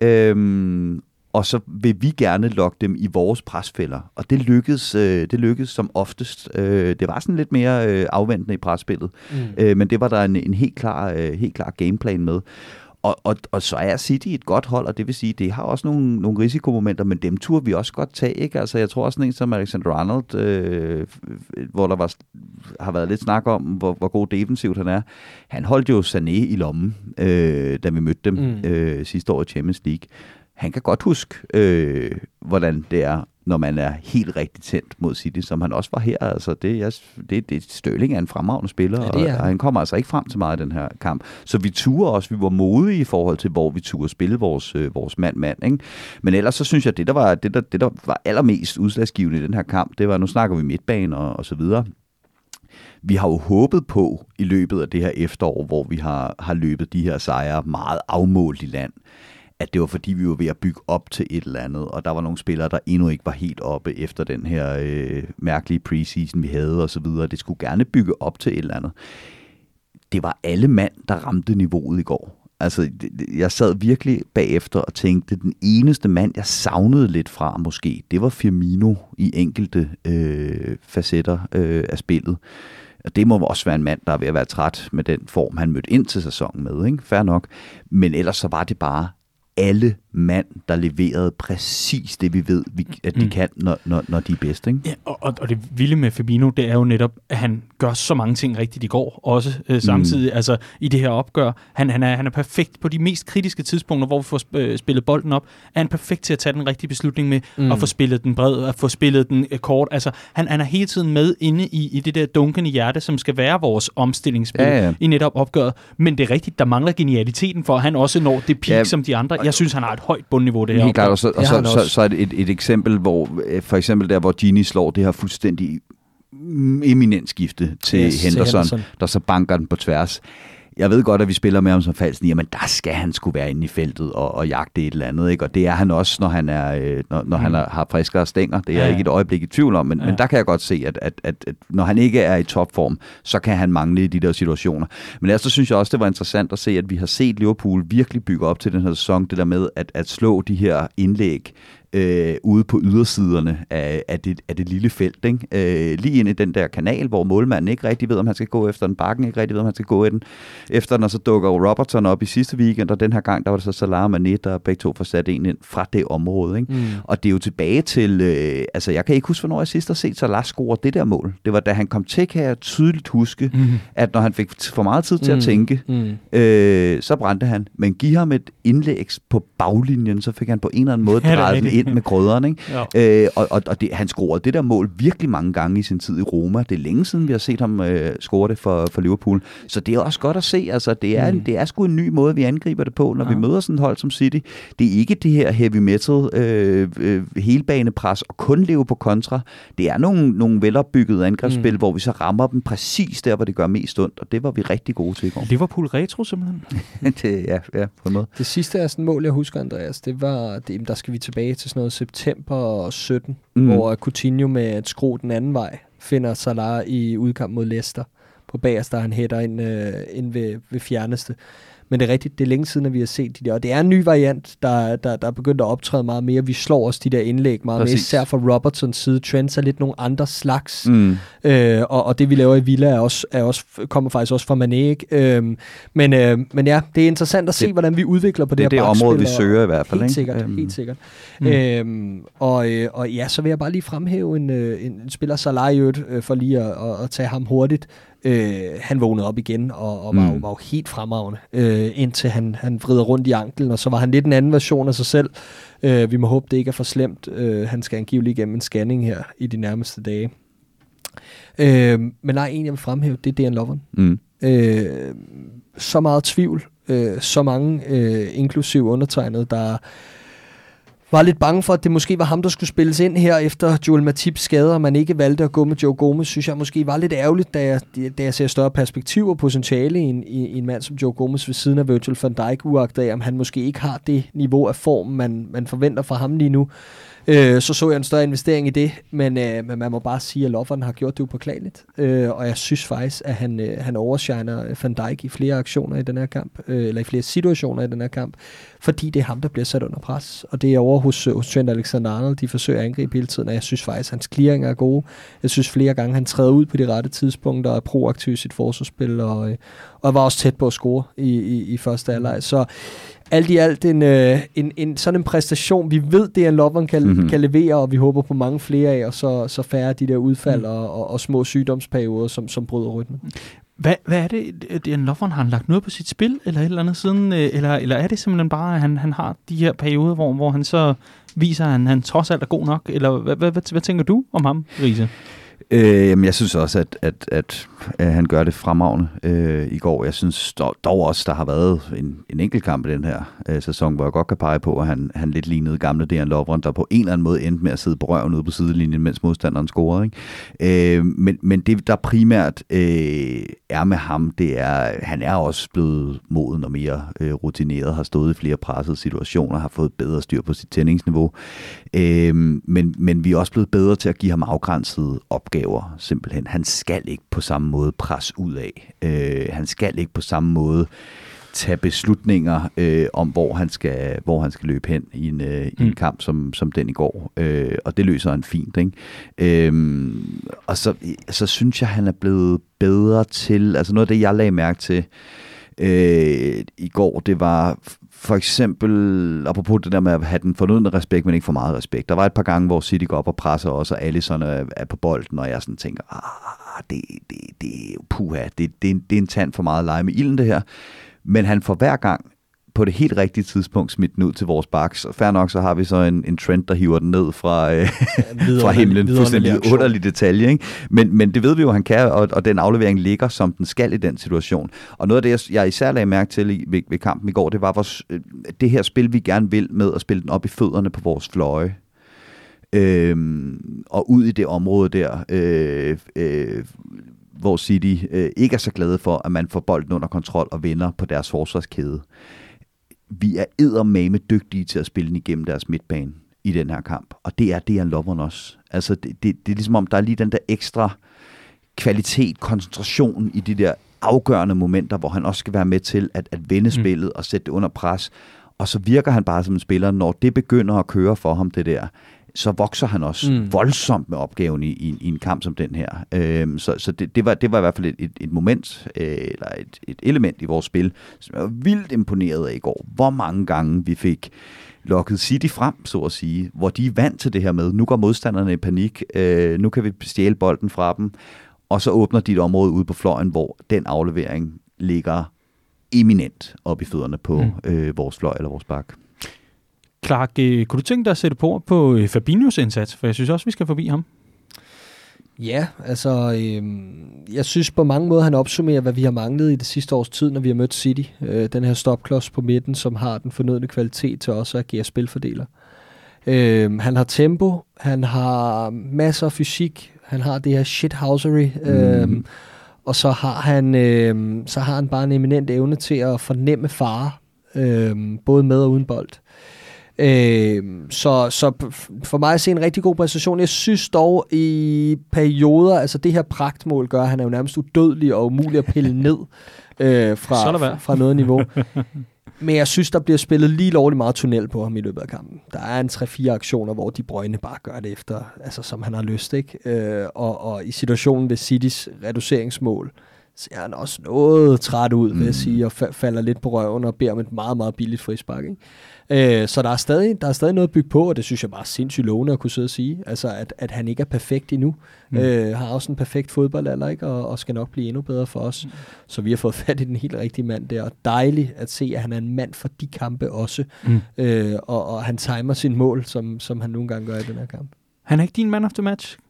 Øhm, og så vil vi gerne lokke dem i vores presfælder. Og det lykkedes, øh, det lykkedes som oftest. Øh, det var sådan lidt mere øh, afventende i presspillet. Mm. Øh, men det var der en, en helt klar, øh, helt klar gameplan med. Og, og, og så er City et godt hold, og det vil sige, det har også nogle, nogle risikomomenter, men dem turde vi også godt tage, ikke? Altså, jeg tror også en som Alexander Arnold, øh, hvor der var, har været lidt snak om, hvor, hvor god defensivt han er. Han holdt jo Sané i lommen, øh, da vi mødte dem mm. øh, sidste år i Champions League. Han kan godt huske, øh, hvordan det er, når man er helt rigtig tændt mod City, som han også var her. Altså, det er, det, det, Sterling er en fremragende spiller, ja, og, og han kommer altså ikke frem til meget i den her kamp. Så vi turde også, vi var modige i forhold til, hvor vi turde spille vores, øh, vores mand-mand. Ikke? Men ellers så synes jeg, det der, var, det, der, det der var allermest udslagsgivende i den her kamp, det var, nu snakker vi midtbane og, og så videre. Vi har jo håbet på i løbet af det her efterår, hvor vi har, har løbet de her sejre meget afmålt i land, at det var fordi, vi var ved at bygge op til et eller andet, og der var nogle spillere, der endnu ikke var helt oppe efter den her øh, mærkelige preseason, vi havde og så videre. Det skulle gerne bygge op til et eller andet. Det var alle mand, der ramte niveauet i går. Altså, jeg sad virkelig bagefter og tænkte, den eneste mand, jeg savnede lidt fra måske, det var Firmino i enkelte øh, facetter øh, af spillet. Og det må også være en mand, der er ved at være træt med den form, han mødte ind til sæsonen med. Ikke? Fair nok. Men ellers så var det bare alle mand, der leverede præcis det, vi ved, vi, at de mm. kan, når, når, når de er bedst. Ikke? Ja, og, og det vilde med Firmino, det er jo netop, at han gør så mange ting rigtigt i går, også øh, samtidig, mm. altså i det her opgør. Han, han, er, han er perfekt på de mest kritiske tidspunkter, hvor vi får øh, spillet bolden op, er han perfekt til at tage den rigtige beslutning med, mm. at få spillet den bred, at få spillet den øh, kort. Altså, han, han er hele tiden med inde i, i det der dunkende hjerte, som skal være vores omstillingsspil ja, ja. i netop opgøret. Men det er rigtigt, der mangler genialiteten for, at han også når det peak ja, som de andre. Jeg synes, han har et højt bundniveau, det her. Helt klart, og så, og så, så, så er det et, et eksempel, hvor for eksempel der, hvor Gini slår det her fuldstændig eminent skifte til yes, Henderson, til Henderson, der så banker den på tværs. Jeg ved godt, at vi spiller med ham som falsk nier, men der skal han sgu være inde i feltet og, og jagte et eller andet, ikke? Og det er han også, når han er, når, når mm. han er, har friskere stænger. Det er jeg ja, ikke et øjeblik i tvivl om, men, ja. men der kan jeg godt se, at, at, at, at når han ikke er i topform, så kan han mangle i de der situationer. Men ellers så synes jeg også, det var interessant at se, at vi har set Liverpool virkelig bygge op til den her sæson, det der med at, at slå de her indlæg Øh, ude på ydersiderne af, af, det, af det lille felt, ikke? Øh, lige ind i den der kanal, hvor målmanden ikke rigtig ved, om han skal gå efter den, bakken ikke rigtig ved, om han skal gå i den, efter den, og så dukker Robertson op i sidste weekend, og den her gang, der var det så Salah og Mané, der begge to får sat en ind fra det område, ikke? Mm. Og det er jo tilbage til, øh, altså jeg kan ikke huske, hvornår jeg sidst har set Salah score det der mål. Det var da han kom til, kan jeg tydeligt huske, mm. at når han fik for meget tid til mm. at tænke, mm. øh, så brændte han, men giv ham et indlæg på baglinjen, så fik han på en eller anden måde drejet den ind med krydderen, ikke? Ja. Øh, og og, og det, han scorede det der mål virkelig mange gange i sin tid i Roma. Det er længe siden, vi har set ham øh, score det for, for Liverpool. Så det er også godt at se. Altså, det, er, mm. det er sgu en ny måde, vi angriber det på, når ja. vi møder sådan et hold som City. Det er ikke det her heavy metal, øh, øh, helbanepres og kun leve på kontra. Det er nogle, nogle velopbyggede angrebsspil, mm. hvor vi så rammer dem præcis der, hvor det gør mest ondt, og det var vi rigtig gode til i går. Liverpool retro simpelthen? det, ja, ja, på en måde. Det sidste er sådan et mål, jeg husker, Andreas, det var, det, der skal vi tilbage til sådan noget september sytten, mm. hvor Coutinho med et skru den anden vej finder Salah i udkamp mod Leicester. På bagerst, der han hætter ind, øh, ind ved, ved fjerneste. Men det er rigtigt, det er længe siden, at vi har set de der. Og det er en ny variant, der, der, der er begyndt at optræde meget mere. Vi slår også de der indlæg meget mere, især fra Robertsons side. Trent er lidt nogle andre slags. Mm. Øh, og, og det, vi laver i Villa, er også, er også, kommer faktisk også fra Mané, ikke? Øh, men, øh, men ja, det er interessant at se, det, hvordan vi udvikler på det, det her bakspil. Det er det område, vi søger i hvert fald. Helt ikke? sikkert, um. helt sikkert. Mm. Øhm, og, øh, og ja, så vil jeg bare lige fremhæve en, øh, en spiller Salah, for lige at, at, at tage ham hurtigt. Øh, han vågnede op igen, og, og var, mm. var jo helt fremragende, øh, indtil han, han vrider rundt i anklen, og så var han lidt en anden version af sig selv. Øh, vi må håbe, det ikke er for slemt. Øh, han skal angiveligt igennem en scanning her i de nærmeste dage. Øh, men nej, en jeg vil fremhæve, det er Dejan Lovren. Mm. Øh, så meget tvivl, øh, så mange, øh, inklusiv undertegnet, der var lidt bange for, at det måske var ham, der skulle spilles ind her efter Joel Matip skade, og man ikke valgte at gå med Joe Gomez, synes jeg måske var lidt ærgerligt, da jeg, da jeg ser større perspektiv og potentiale i en, i en mand som Joe Gomez ved siden af Virgil van Dijk, uagtet af, om han måske ikke har det niveau af form, man, man forventer fra ham lige nu. Øh, så så jeg en større investering i det, men, øh, men man må bare sige, at Lovren har gjort det upåklageligt, øh, og jeg synes faktisk, at han, øh, han overshiner Van Dijk i flere aktioner i den her kamp, øh, eller i flere situationer i den her kamp, fordi det er ham, der bliver sat under pres, og det er over hos, hos Trent Alexander-Arnold, de forsøger at angribe hele tiden, og jeg synes faktisk, at hans clearinger er gode. Jeg synes flere gange, han træder ud på de rette tidspunkter og er proaktiv i sit forsvarsspil, og, øh, og var også tæt på at score i, i, i første halvleg. Så alt i alt en, øh, en, en sådan en præstation, vi ved, det er en Lovren kan, mm-hmm. kan levere, og vi håber på mange flere af, og så, så færre de der udfald mm. og, og, og små sygdomsperioder, som, som bryder rytmen. Hvad, hvad er det, det er en Lovren, har han lagt noget på sit spil, eller et eller andet siden, eller, eller er det simpelthen bare, at han, han har de her perioder, hvor, hvor han så viser, at han, han trods alt er god nok, eller hvad, hvad, hvad, hvad tænker du om ham, Riese? Øh, jamen, jeg synes også, at, at, at, at han gør det fremragende øh, i går. Jeg synes dog, dog også, der har været en, en enkelt kamp i den her øh, sæson, hvor jeg godt kan pege på, at han, han lidt lignede gamle Dejan Lovren, der på en eller anden måde endte med at sidde på røven ude på sidelinjen, mens modstanderen scorede. Ikke? Øh, men, men det, der primært øh, er med ham, det er, han er også blevet moden og mere øh, rutineret, har stået i flere pressede situationer, har fået bedre styr på sit tændingsniveau. Øh, men, men vi er også blevet bedre til at give ham afgrænsede opgaver. Simpelthen. Han skal ikke på samme måde presse ud af. Øh, han skal ikke på samme måde tage beslutninger øh, om, hvor han skal, hvor han skal løbe hen i en, øh, mm. i en kamp som, som den i går. Øh, og det løser han fint. Ikke? Øh, og så, så synes jeg, han er blevet bedre til, altså noget af det, jeg lagde mærke til øh, i går, det var for eksempel, apropos det der med at have den fornødne respekt, men ikke for meget respekt. Der var et par gange, hvor City går op og presser også, og Alisson er, er på bolden, og jeg sådan tænker, ah, det, det, det, puha, det, det, det er en tand for meget at lege med ilden, det her. Men han får hver gang på det helt rigtige tidspunkt smidt den ud til vores backs. Og fair nok, så har vi så en, en trend, der hiver den ned fra, øh, ja, fra himlen. Fuldstændig underlig detalje. Ikke? Men, men det ved vi jo, han kan, og, og den aflevering ligger, som den skal i den situation. Og noget af det, jeg især lagde mærke til i, ved, ved kampen i går, det var vores, øh, det her spil, vi gerne vil med at spille den op i fødderne på vores fløje. Øhm, og ud i det område der, øh, øh, hvor City øh, ikke er så glade for, at man får bolden under kontrol og vinder på deres forsvarskæde. Vi er eddermame dygtige til at spille den igennem deres midtbane i den her kamp. Og det er Dejan Lovren også. Altså, det, det, det er ligesom om, der er lige den der ekstra kvalitet, koncentration i de der afgørende momenter, hvor han også skal være med til at, at vende spillet mm. og sætte det under pres. Og så virker han bare som en spiller, når det begynder at køre for ham, det der, så vokser han også mm. voldsomt med opgaven i, i, i en kamp som den her. Øhm, så så det, det, var, det var i hvert fald et, et, et moment, øh, eller et, et element i vores spil, som jeg var vildt imponeret af i går. Hvor mange gange vi fik lokket City frem, så at sige, hvor de er vant til det her med, nu går modstanderne i panik, øh, nu kan vi stjæle bolden fra dem, og så åbner de et område ude på fløjen, hvor den aflevering ligger eminent op i fødderne på mm. øh, vores fløj eller vores bak. Clark, kunne du tænke dig at sætte på på Fabinhos indsats? For jeg synes også, vi skal forbi ham. Ja, altså, øh, jeg synes på mange måder, han opsummerer, hvad vi har manglet i det sidste års tid, når vi har mødt City. Øh, den her stopklods på midten, som har den fornødne kvalitet til også at agere spilfordeler. Øh, han har tempo, han har masser af fysik, han har det her shithousery, øh, mm. og så har, han, øh, så har han bare en eminent evne til at fornemme fare, øh, både med og uden bold. Øh, så, så for mig at se en rigtig god præstation. Jeg synes dog i perioder, altså det her pragtmål gør, han er jo nærmest udødelig og umulig at pille ned øh, fra, fra noget niveau. Men jeg synes, der bliver spillet lige lovligt meget tunnel på ham i løbet af kampen. Der er en tre-fire aktioner, hvor De Bruyne bare gør det efter, altså som han har lyst, ikke? Øh, og, og i situationen ved Citys reduceringsmål, ser han også noget træt ud, vil jeg sige, og fa- falder lidt på røven og beder om et meget, meget billigt frispark, ikke? Øh, så der er, stadig, der er stadig noget at bygge på, og det synes jeg bare er sindssygt lovende at kunne sidde og sige. Altså, at, at han ikke er perfekt endnu. Mm. Øh, har også en perfekt fodboldalder, ikke? Og, og skal nok blive endnu bedre for os. Mm. Så vi har fået fat i den helt rigtige mand der. Og dejligt at se, at han er en mand for de kampe også. Mm. Øh, og, og han timer sin mål, som, som han nogle gange gør i den her kamp. Han er ikke din man of the match?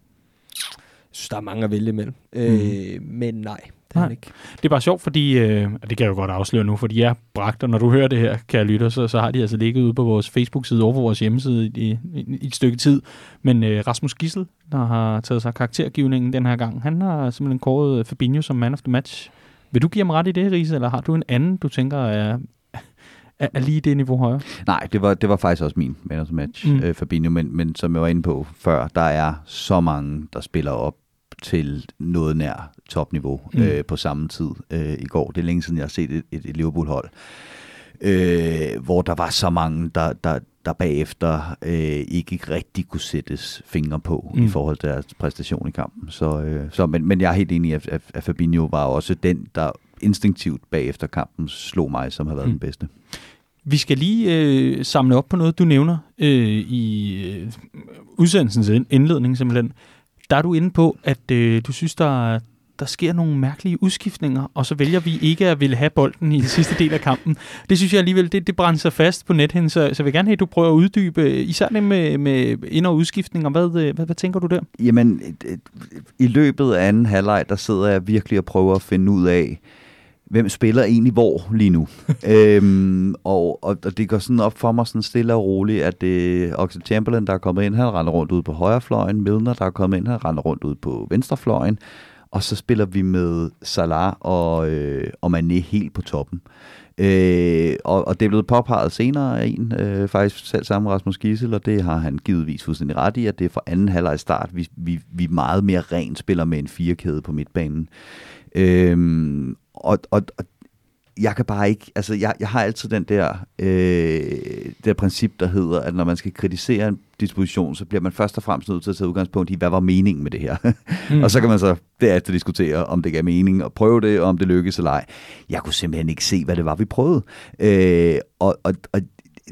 Jeg synes, der er mange at vælge imellem. Mm. Øh, men nej. Det, er ikke. Det er bare sjovt, fordi, øh, det kan jeg jo godt afsløre nu, fordi jeg er bragt, og når du hører det her, kære lytter, så, så har de altså ligget ude på vores Facebook-side, over på vores hjemmeside i, i, i et stykke tid. Men øh, Rasmus Gissel, der har taget sig karaktergivningen den her gang, han har simpelthen kåret Fabinho som man of the match. Vil du give ham ret i det, Riese, eller har du en anden, du tænker er, er, er lige det niveau højere? Nej, det var, det var faktisk også min man of the match, mm. øh, Fabinho, men, men som jeg var inde på før, der er så mange, der spiller op til noget nær topniveau mm. øh, på samme tid øh, i går. Det er længe siden, jeg har set et, et, et Liverpool-hold, øh, hvor der var så mange, der, der, der bagefter øh, ikke rigtig kunne sættes fingre på mm. i forhold til deres præstation i kampen. Så, øh, så, men, men jeg er helt enig i, at, at Fabinho var også den, der instinktivt bagefter kampen slog mig, som har været mm. den bedste. Vi skal lige øh, samle op på noget, du nævner øh, i øh, udsendelsens indledning simpelthen. Der er du inde på, at øh, du synes, der, der sker nogle mærkelige udskiftninger, og så vælger vi ikke at ville have bolden i den sidste del af kampen. Det synes jeg alligevel, det, det brænder sig fast på nethen, så, så jeg vil gerne have, at du prøver at uddybe, især det med, med ind- og udskiftninger. Hvad, hvad, hvad tænker du der? Jamen, i løbet af anden halvleg, der sidder jeg virkelig og prøver at finde ud af, hvem spiller egentlig hvor lige nu. øhm, og, og, og det går sådan op for mig sådan stille og roligt, at det er Oxlade Chamberlain, der er kommet ind, han render rundt ud på højrefløjen, Milner, der er kommet ind, han render rundt ud på venstrefløjen, og så spiller vi med Salah og, øh, og Mané helt på toppen. Øh, og, og det er blevet påpeget senere af en, øh, faktisk selv sammen Rasmus Gissel, og det har han givetvis fuldstændig ret i, at det er for anden halvleg start, vi, vi, vi meget mere rent spiller med en firekæde på midtbanen. Øhm, og, og, og jeg kan bare ikke, altså jeg, jeg har altid den der, øh, der princip, der hedder, at når man skal kritisere en disposition, så bliver man først og fremmest nødt til at tage udgangspunkt i, hvad var meningen med det her? Mm. Og så kan man så derefter diskutere, om det gav mening at prøve det, og om det lykkes eller ej. Jeg kunne simpelthen ikke se, hvad det var, vi prøvede. Øh, og, og, og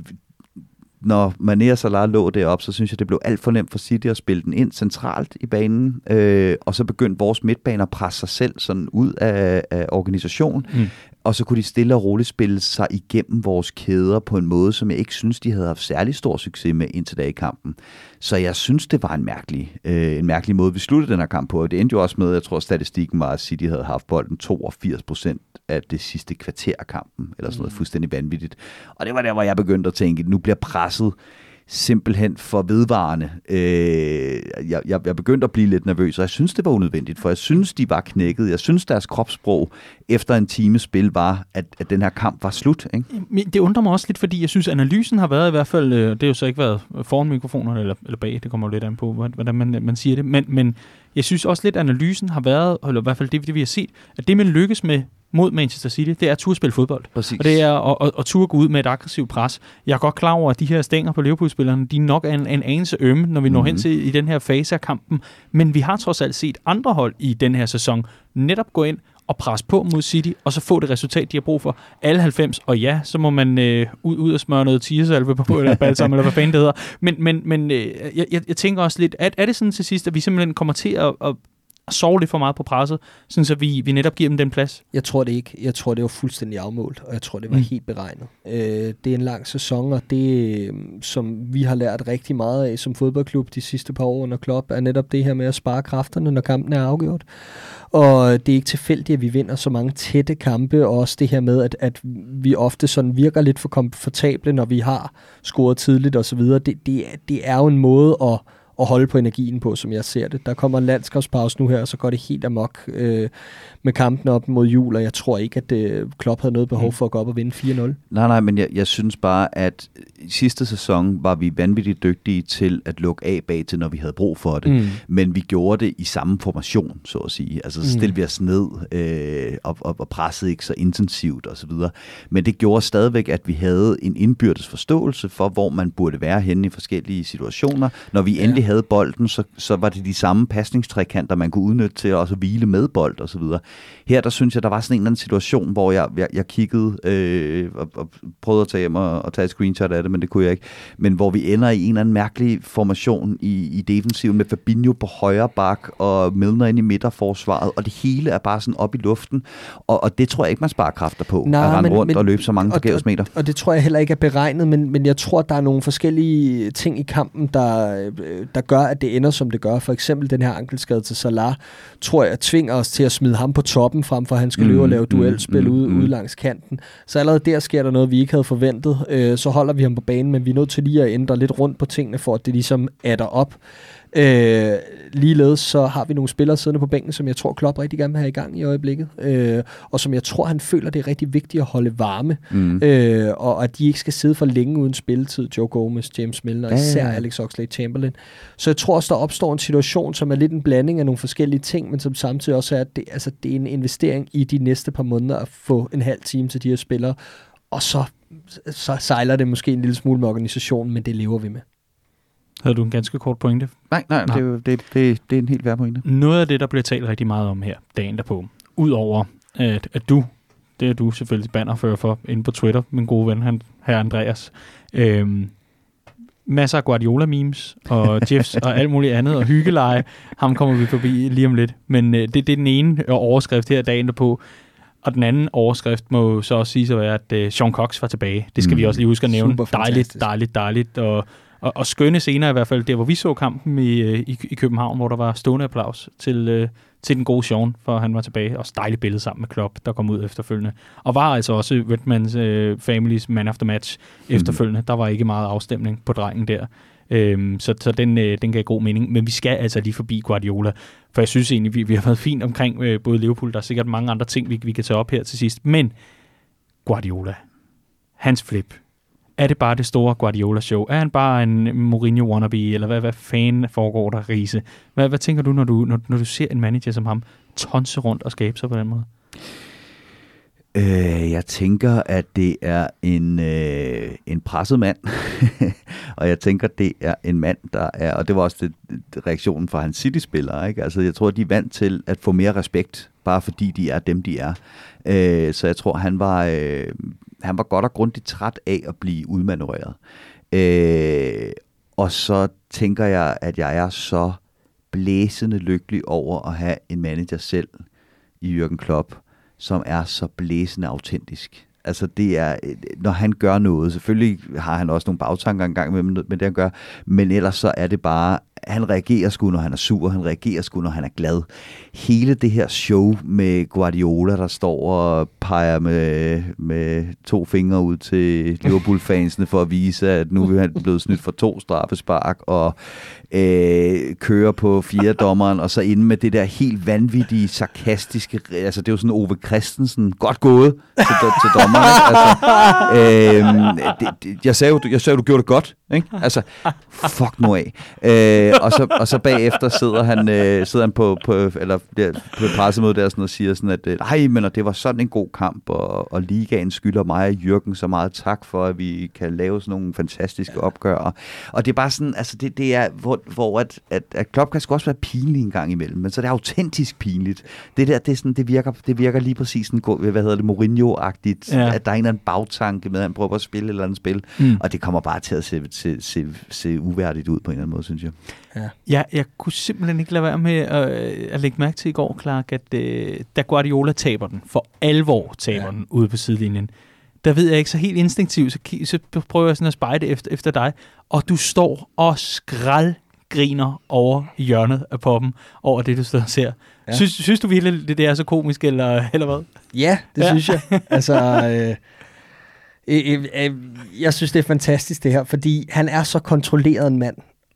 når Mané og Salah lå deroppe, så synes jeg, det blev alt for nemt for City at spille den ind centralt i banen, øh, og så begyndte vores midtbaner at presse sig selv sådan ud af, af organisationen, mm. og så kunne de stille og roligt spille sig igennem vores kæder på en måde, som jeg ikke synes, de havde haft særlig stor succes med indtil da i kampen. Så jeg synes, det var en mærkelig, øh, en mærkelig måde, vi sluttede den her kamp på, og det endte jo også med, jeg tror, statistikken var, at City havde haft bolden toogfirs procent af det sidste kvarter af kampen, eller sådan noget mm. fuldstændig vanvittigt. Og det var der, hvor jeg begyndte at tænke, nu bliver presset simpelthen for vedvarende. Øh, jeg, jeg, jeg begyndte at blive lidt nervøs, og jeg synes, det var unødvendigt, for jeg synes, de var knækket. Jeg synes, deres kropssprog efter en times spil var, at, at den her kamp var slut. Ikke? Det undrer mig også lidt, fordi jeg synes, analysen har været i hvert fald, det har jo så ikke været foran mikrofonerne eller, eller bag, det kommer jo lidt an på, hvordan man, man siger det, men, men jeg synes også lidt, at analysen har været, eller i hvert fald det, det vi har set, at det, man lykkes med mod Manchester City, det er at turde spille fodbold. Præcis. Og det er at, at, at turde gå ud med et aggressivt pres. Jeg er godt klar over, at de her stænger på Liverpool-spillerne, de er nok en, en anelse ømme, når vi når mm-hmm. hen til i den her fase af kampen. Men vi har trods alt set andre hold i den her sæson netop gå ind og presse på mod City, og så få det resultat, de har brug for. Alle halvfems, og ja, så må man øh, ud, ud og smøre noget tigersalve på, eller balsam, eller hvad fanden det hedder. Men, men, men øh, jeg, jeg tænker også lidt, at er det sådan til sidst, at vi simpelthen kommer til at, at sove lidt for meget på presset, sådan så vi, vi netop giver dem den plads? Jeg tror det ikke. Jeg tror, det var fuldstændig afmålt, og jeg tror, det var mm. helt beregnet. Øh, det er en lang sæson, og det, som vi har lært rigtig meget af som fodboldklub de sidste par år under Klopp, er netop det her med at spare kræfterne, når kampen er afgjort. Og det er ikke tilfældigt, at vi vinder så mange tætte kampe, og også det her med, at, at vi ofte sådan virker lidt for komfortable, når vi har scoret tidligt osv. Det, det, det er jo en måde at at holde på energien på, som jeg ser det. Der kommer en landskabspause nu her, og så går det helt amok øh, med kampen op mod jul, og jeg tror ikke, at øh, Klopp havde noget behov for at gå op og vinde fire nul. Nej, nej, men jeg, jeg synes bare, at i sidste sæson var vi vanvittigt dygtige til at lukke af bag til, når vi havde brug for det. Mm. Men vi gjorde det i samme formation, så at sige. Altså, så stillede mm. vi os ned øh, og, og, og pressede ikke så intensivt og så videre. Men det gjorde stadigvæk, at vi havde en indbyrdes forståelse for, hvor man burde være henne i forskellige situationer. Når vi ja. endelig havde bolden, så, så var det de samme pasningstrekanter, man kunne udnytte til at også hvile med bold og så videre. Her, der synes jeg, der var sådan en eller anden situation, hvor jeg, jeg, jeg kiggede øh, og, og prøvede at tage mig og tage et screenshot af det, men det kunne jeg ikke. Men hvor vi ender i en eller anden mærkelig formation i, i defensiven med Fabinho på højre bak og Milner ind i midterforsvaret, og det hele er bare sådan op i luften. Og, og det tror jeg ikke, man sparer kræfter på, Nej, at rende rundt men, og løbe så mange forgæves meter. Og, og det tror jeg heller ikke er beregnet, men, men jeg tror, der er nogle forskellige ting i kampen, der, der gør, at det ender, som det gør. For eksempel den her ankelskade til Salah, tror jeg, tvinger os til at smide ham på toppen, frem for at han skal mm, løbe og lave duelspil mm, ude, mm. ude langs kanten. Så allerede der sker der noget, vi ikke havde forventet. Øh, så holder vi ham på banen, men vi er nødt til lige at ændre lidt rundt på tingene, for at det ligesom adder op. Øh, ligeledes så har vi nogle spillere siddende på bænken, som jeg tror Klopp rigtig gerne vil have i gang i øjeblikket, øh, og som jeg tror han føler det er rigtig vigtigt at holde varme, mm. øh, og at de ikke skal sidde for længe uden spilletid. Joe Gomez, James Milner, især ja, ja. Alex Oxlade-Chamberlain. Så jeg tror også der opstår en situation, som er lidt en blanding af nogle forskellige ting, men som samtidig også er, at det, altså, det er en investering i de næste par måneder at få en halv time til de her spillere, og så, så sejler det måske en lille smule med organisationen, men det lever vi med. Havde du en ganske kort pointe? Nej, nej, nej. Det, det, det, det er en helt værd pointe. Noget af det, der bliver talt rigtig meget om her, dagen derpå, udover at, at du, det er du selvfølgelig bannerfører for inde på Twitter, min gode ven, han, herr Andreas, øhm, masser af Guardiola-memes og gifs og alt muligt andet, og hyggeleje, ham kommer vi forbi lige om lidt. Men øh, det, det er den ene overskrift her dagen derpå. Og den anden overskrift må så også sige at være, at øh, Sean Cox var tilbage. Det skal mm. vi også lige huske at nævne. Dejligt, dejligt, dejligt. Og, og, og skønne scener i hvert fald, der hvor vi så kampen i, i, i København, hvor der var stående applaus til, øh, til den gode Sean, for han var tilbage. Også dejligt billede sammen med Klopp, der kom ud efterfølgende. Og var altså også Redmans øh, Families man of the match efterfølgende. Mm. Der var ikke meget afstemning på drengen der. Øhm, så så den, øh, den gav god mening. Men vi skal altså lige forbi Guardiola, for jeg synes egentlig, vi, vi har været fint omkring øh, både Liverpool. Der er sikkert mange andre ting, vi, vi kan tage op her til sidst. Men Guardiola, hans flip, er det bare det store Guardiola-show? Er han bare en Mourinho-wannabe, eller hvad, hvad fanden foregår der, Riese? Hvad, hvad tænker du, når du, når, når du ser en manager som ham tonse rundt og skabe sig på den måde? Øh, jeg tænker, at det er en, øh, en presset mand, og jeg tænker, det er en mand, der er, og det var også det, det, reaktionen fra hans City-spillere, ikke? Altså, jeg tror, de er vant til at få mere respekt, bare fordi de er dem, de er. Øh, så jeg tror, han var, øh, han var godt og grundigt træt af at blive udmanøvreret. Øh, og så tænker jeg, at jeg er så blæsende lykkelig over at have en manager selv i Jürgen Klopp, som er så blæsende autentisk. Altså det er, når han gør noget, selvfølgelig har han også nogle bagtanker engang med, med det han gør, men ellers så er det bare, han reagerer sgu, når han er sur, han reagerer sgu, når han er glad. Hele det her show med Guardiola, der står og peger med, med to fingre ud til Liverpool-fansene for at vise, at nu er han blevet snydt for to straffespark, og øh, kører på fjerdommeren, og så inde med det der helt vanvittige, sarkastiske, altså det er jo sådan Ove Christensen, godt gået til, til dommeren. Altså, øh, det, det, jeg sagde jo, jeg sagde, du gjorde det godt, ikke? Altså, fuck nu af. Øh, og, så, og så bagefter sidder han, øh, sidder han på, på, eller der, på et pressemøde der sådan, og siger sådan, at nej, men det var sådan en god kamp, og, og ligaen skylder mig og Jürgen så meget tak for, at vi kan lave sådan nogle fantastiske opgør. Og det er bare sådan, altså det, det er, hvor, hvor at, at, at Klopp kan sgu også være pinlig en gang imellem, men så er det autentisk pinligt. Det der, det, er sådan, det, virker, det virker lige præcis sådan, hvad hedder det, Mourinho-agtigt, ja. At der er en eller anden bagtanke med, at han prøver at spille et eller andet spil, mm. og det kommer bare til at se, se, se, se uværdigt ud på en eller anden måde, synes jeg. Ja. Jeg, jeg kunne simpelthen ikke lade være med at, at lægge mærke til i går, Clark, at øh, da Guardiola taber den, for alvor taber ja. den ude på sidelinjen, der ved jeg ikke så helt instinktivt, så, så prøver jeg sådan at spejde efter, efter dig, og du står og skraldgriner over hjørnet af poppen, over det, du står og ser. Ja. Synes, synes du virkelig, det, det er så komisk, eller, eller hvad? Ja, det ja. synes jeg. Altså... Øh Jeg synes, det er fantastisk det her, fordi han er så kontrolleret en mand,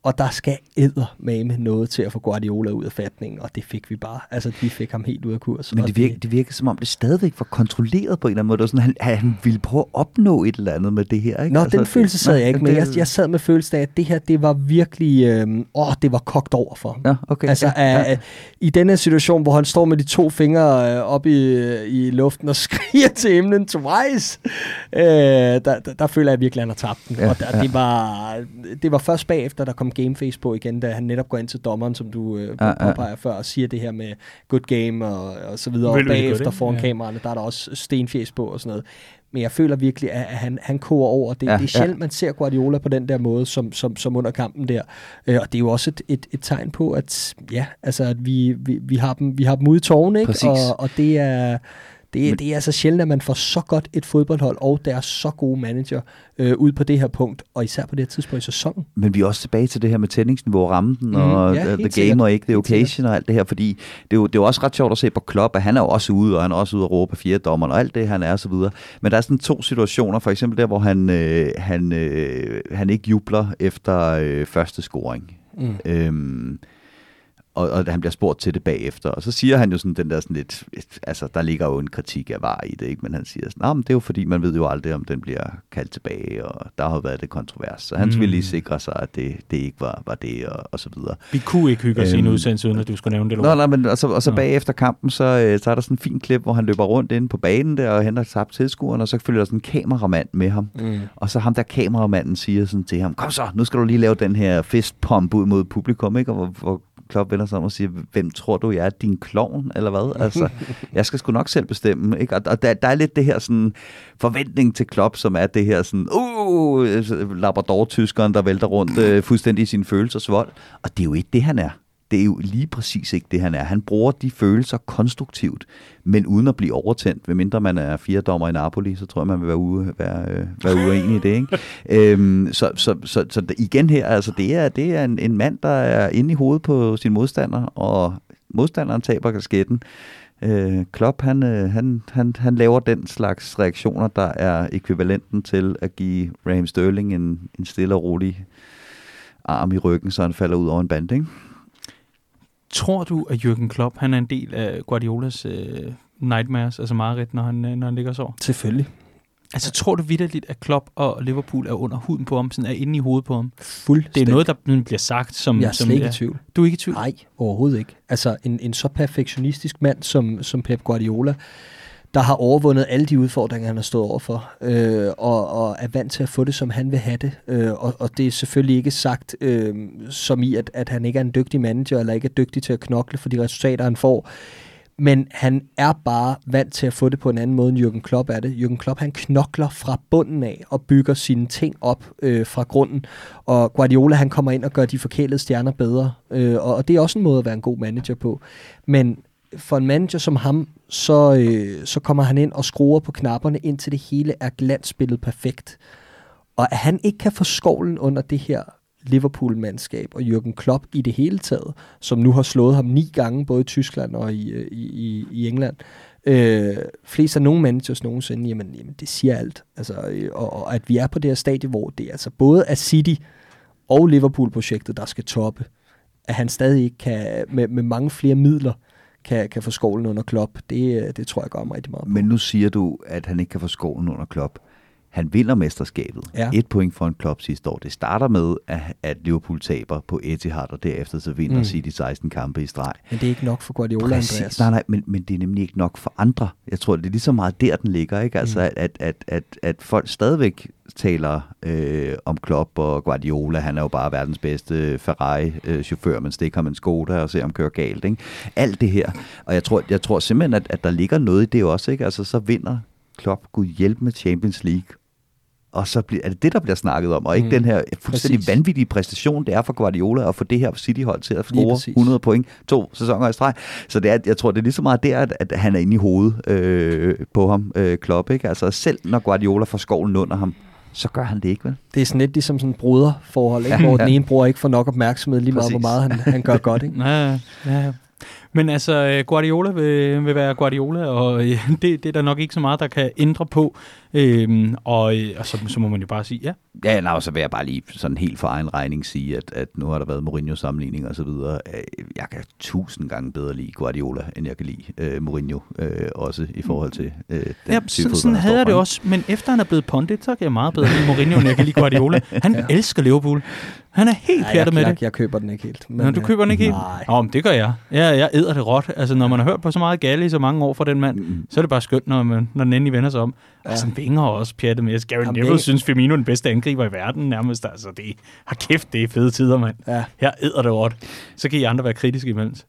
Og der skal eddermame noget til at få Guardiola ud af fatningen, og det fik vi bare. Altså, vi fik ham helt ud af kurs. Men det virker, det virker som om, det stadigvæk var kontrolleret på en eller anden måde. Det var sådan, han, han ville prøve at opnå et eller andet med det her, ikke? Nå, altså, den følelse sad jeg ikke med. Jeg, jeg sad med følelsen af, at det her, det var virkelig, øh, åh, det var kogt over for ham. Ja, okay. Altså, ja, ja. Af, i denne situation, hvor han står med de to fingre øh, op i, i luften og skriger til himlen twice, øh, der, der, der føler jeg virkelig, at han har tabt den. Ja, og der, ja. det, var, det var først bagefter, der kom gameface på igen, da han netop går ind til dommeren, som du øh, ja, påpeger ja. før, og siger det her med good game og, og så videre. Vil, og bagefter foran ja. kameraerne, der er der også stenfjes på og sådan noget. Men jeg føler virkelig, at han, han koger over. Det, ja, det er sjældent, ja. man ser Guardiola på den der måde, som, som, som under kampen der. Øh, og det er jo også et, et, et tegn på, at, ja, altså, at vi, vi, vi, har dem, vi har dem ude i tårne, ikke? Og, og det er... Det, Men, det er altså sjældent, at man får så godt et fodboldhold og deres så gode manager øh, ud på det her punkt, og især på det her tidspunkt i sæsonen. Men vi er også tilbage til det her med tændingsniveau, rammen mm, og ja, the game og ikke the occasion og alt det her, fordi det er, jo, det er jo også ret sjovt at se på Klopp, at han er jo også ude, og han er også ude at råbe på fjerdommeren og alt det, han er og så videre. Men der er sådan to situationer, for eksempel der, hvor han, øh, han, øh, han ikke jubler efter øh, første scoring. Mm. Øhm, Og, og han bliver spurgt til det bagefter, og så siger han jo sådan den der sådan lidt, altså der ligger jo en kritik af V A R i det, ikke? Men han siger sådan, nah, men det er jo fordi, man ved jo aldrig, om den bliver kaldt tilbage, og der har jo været det kontrovers, så han mm. ville lige sikre sig, at det, det ikke var, var det, og, og så videre. Vi kunne ikke hygge os i en udsendelse, uden at du skulle nævne det. Nå, nej, men og så, og så Nå. bagefter kampen, så, så er der sådan en fin klip, hvor han løber rundt inde på banen der, og henter tabt tilskueren, og så følger der sådan en kameramand med ham, mm. og så ham der kameramanden siger sådan til ham, kom så, nu skal du lige lave den her fistpump ud mod publikum, ikke? Og hvor, hvor Klopp vender sig om og siger, hvem tror du, jeg er? Din klovn, eller hvad? Altså, jeg skal sgu nok selv bestemme, ikke? Og, og der, der er lidt det her sådan forventning til Klopp, som er det her sådan, uh, Labrador-tyskeren, der vælter rundt uh, fuldstændig i sin følelsesvold. Og det er jo ikke det, han er. Det er jo lige præcis ikke det, han er. Han bruger de følelser konstruktivt, men uden at blive overtændt. Ved mindre man er fire dommer i Napoli, så tror jeg, man vil være, ude, være, øh, være uenig i det, ikke? øhm, så, så, så, så igen her, altså det er, det er en, en mand, der er inde i hovedet på sin modstander, og modstanderen taber kasketten. Øh, Klopp, han, han, han, han laver den slags reaktioner, der er ekvivalenten til at give Raheem Sterling en, en stille og rolig arm i ryggen, så han falder ud over en band, ikke? Tror du, at Jürgen Klopp, han er en del af Guardiolas øh, nightmares, altså mareridt, når han, når han ligger og sover? Selvfølgelig. Altså, tror du vitterligt, at Klopp og Liverpool er under huden på ham, sådan er inde i hovedet på ham? Fuldstændig. Det er noget, der bliver sagt som... Jeg er som, slet ikke ja. i tvivl. Du er ikke i tvivl? Nej, overhovedet ikke. Altså, en, en så perfektionistisk mand som, som Pep Guardiola, der har overvundet alle de udfordringer, han har stået overfor, øh, og, og er vant til at få det, som han vil have det. Øh, og, og det er selvfølgelig ikke sagt øh, som i, at, at han ikke er en dygtig manager, eller ikke er dygtig til at knokle for de resultater, han får. Men han er bare vant til at få det på en anden måde, end Jürgen Klopp er det. Jürgen Klopp, han knokler fra bunden af og bygger sine ting op øh, fra grunden. Og Guardiola, han kommer ind og gør de forkælede stjerner bedre. Øh, og, og det er også en måde at være en god manager på. Men for en manager som ham, så, øh, så kommer han ind og skruer på knapperne, indtil det hele er glansbilledet perfekt. Og at han ikke kan få skovlen under det her Liverpool-mandskab og Jürgen Klopp i det hele taget, som nu har slået ham ni gange, både i Tyskland og i, i, i, i England. Øh, flest af nogle managers nogensinde, jamen, jamen det siger alt. Altså, og, og at vi er på det her stadie, hvor det er altså både af City og Liverpool-projektet, der skal toppe, at han stadig ikke kan, med, med mange flere midler, Kan, kan få skovlen under Klopp, det, det tror jeg gør mig rigtig meget på. Men nu siger du, at han ikke kan få skovlen under Klopp. Han vinder mesterskabet. Ja. Et point for en Klopp sidste år. Det starter med, at, at Liverpool taber på Etihad, og derefter så vinder mm. City seksten kampe i streg. Men det er ikke nok for Guardiola, Præcis. Andreas. Nej, nej, men, men det er nemlig ikke nok for andre. Jeg tror, det er lige så meget der, den ligger, ikke? Altså, mm. at, at, at, at folk stadigvæk taler øh, om Klopp og Guardiola. Han er jo bare verdens bedste Ferrari-chauffør, men stikker ham en Skoda og ser ham køre galt, ikke? Alt det her. Og jeg tror, jeg tror simpelthen, at, at der ligger noget i det også, ikke? Altså, så vinder Klopp Gud hjælp med Champions League. Og så bliver, er det det, der bliver snakket om, og ikke mm. den her fuldstændig Præcis. vanvittige præstation, det er for Guardiola at få det her City-hold til at score hundrede point to sæsoner i streg. Så det er, jeg tror, det er lige så meget der, at, at han er inde i hovedet øh, på ham, øh, Klopp, ikke? Altså selv når Guardiola får skovlen under ham, så gør han det ikke, vel? Det er sådan lidt ligesom sådan et broderforhold, ikke? Ja, hvor ja. den ene bror ikke får nok opmærksomhed, lige meget hvor meget han, han gør godt, ikke? Ja, ja. Men altså, Guardiola vil, vil være Guardiola, og det, det er der nok ikke så meget, der kan ændre på. Øhm, og og så, så må man jo bare sige, ja. Ja, nej, så vil jeg bare lige sådan helt for egen regning sige, at, at nu har der været Mourinho-sammenligning og så videre. Jeg kan tusind gange bedre lide Guardiola, end jeg kan lide øh, Mourinho, øh, også i forhold til øh, den ja, så, sådan havde jeg det også, men efter han er blevet pundit, så kan jeg meget bedre lide Mourinho, end jeg kan lide Guardiola. Han ja. elsker Liverpool. Han er helt ja, pjattet med jeg, det. Jeg køber den ikke helt. Men, Nå, du køber den ikke helt? Nej. Åh, men det gør jeg. jeg. Jeg æder det råt. Altså, når man har hørt på så meget galle i så mange år fra den mand, mm. så er det bare skønt, når, man, når den endelig vender sig om. Ja. Altså, Wenger også pjattet med. Gary Neville Wenger synes, Firmino er den bedste angriber i verden nærmest. Altså, det har kæft, det er fede tider, mand. Ja. Jeg æder det råt. Så kan I andre være kritiske imens.